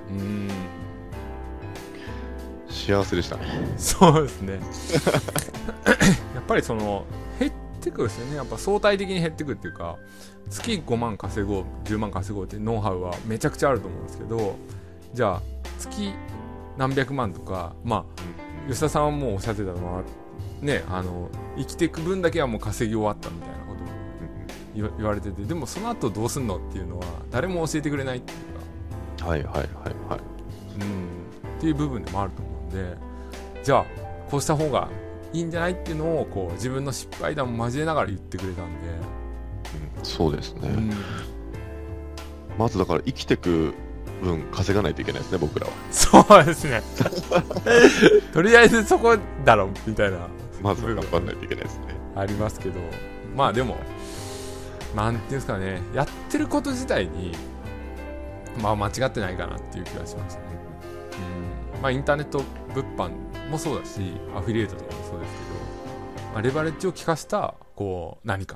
幸せでしたね。 そうですね。やっぱりその減ってくるですよね。やっぱ相対的に減ってくるっていうか、月5万稼ごう10万稼ごうっていうノウハウはめちゃくちゃあると思うんですけど、じゃあ月何百万とか、吉田さんはもうおっしゃってたのはね生きていく分だけはもう稼ぎ終わったみたいなことを言われてて、でもその後どうすんのっていうのは誰も教えてくれないっていうか、 はいはいはいはい。 っていう部分でもあると思うんで、じゃあこうした方がいいんじゃないっていうのをこう自分の失敗談も交えながら言ってくれたんで、 そうですね、まずだから生きてく分稼がないといけないですね、僕らは。 そうですねとりあえずそこだろみたいな、 まず頑張んないといけないですね。 ありますけど、まあでもなんていうんですかね、やってること自体にまあ間違ってないかなっていう気がしましたね。まあインターネット物販もそうだし、アフィリエイトとかもそうですけど、まあ、レバレッジを効かしたこう何か、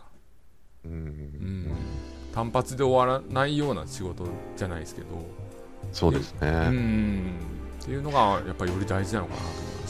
単発で終わらないような仕事じゃないですけど、 そうですね、 っていうのがやっぱりより大事なのかなと思いました。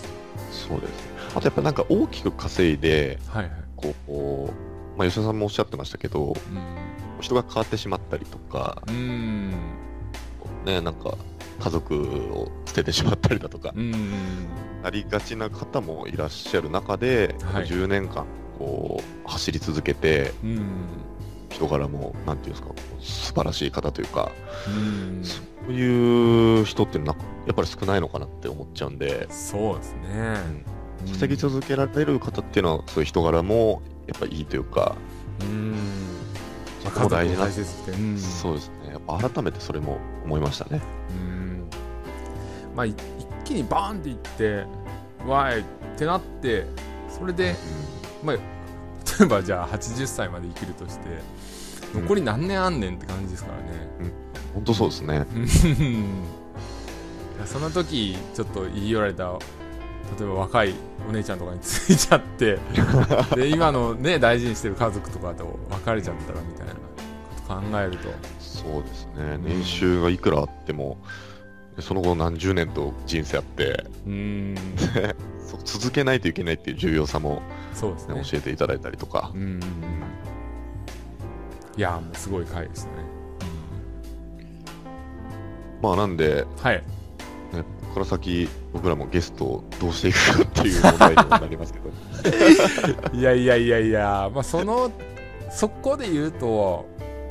そうです。あとやっぱなんか大きく稼いで、 はいはい、 こう、まあ、吉田さんもおっしゃってましたけど、人が変わってしまったりとか、ね、なんか家族を捨ててしまったりだとか、なりがちな方もいらっしゃる中で、10年間こう走り続けて、人柄もなんていうんですか、素晴らしい方というか、そういう人ってやっぱり少ないのかなって思っちゃうんで、 そうですね、 稼ぎ続けられる方っていうのはそういう人柄もやっぱいいというか、そこも大事な、そうですね、やっぱ改めてそれも思いましたね。 まあ、一気にバーンっていってわーいってなって、それで、まあ、例えばじゃあ80歳まで生きるとして残り何年あんねんって感じですからね。 本当そうですねその時ちょっと言い寄られた、例えば若いお姉ちゃんとかについちゃってで今のね大事にしてる家族とかと別れちゃったらみたいなこと考えると、 そうですね、年収がいくらあってもその後何十年と人生あって続けないといけないっていう重要さも、 そうですね、 教えていただいたりとか、 いやもうすごい回ですね。 まあなんで、 はい、 ね、ここから先僕らもゲストをどうしていくかっていう問題にもなりますけどいや、まあ、そこで言うと、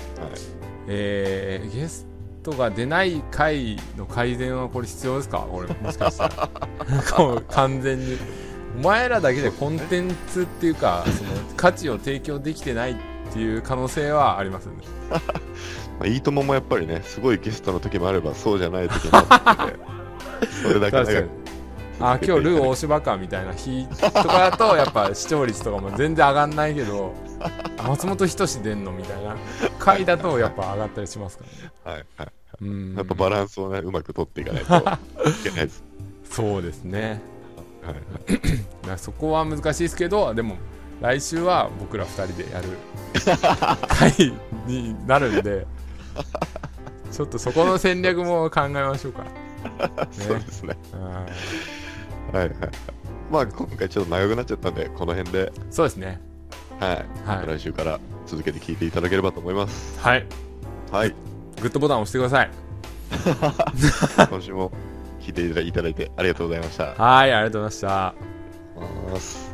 ゲストが出ない回の改善はこれ必要ですか、これもしかしたら完全にお前らだけでコンテンツっていうかその価値を提供できてないっていう可能性はありますよねまあいいとももやっぱりね、すごいゲストの時もあればそうじゃない時もあってそれだけ長く今日ルー大柴かみたいな日とかだとやっぱ視聴率とかも全然上がんないけど松本人志出んのみたいな回だとやっぱ上がったりしますからね。はい、 やっぱバランスをねうまく取っていかないといけないですそうですね、そこは難しいですけど、でも来週は僕ら2人でやる回になるんでちょっとそこの戦略も考えましょうか、 そうですね。まあ今回ちょっと長くなっちゃったんでこの辺で、 そうですね、 来週から続けて聞いていただければと思います。 はい、グッドボタン押してください今週も聞いていただいてありがとうございました。 はい、ありがとうございました。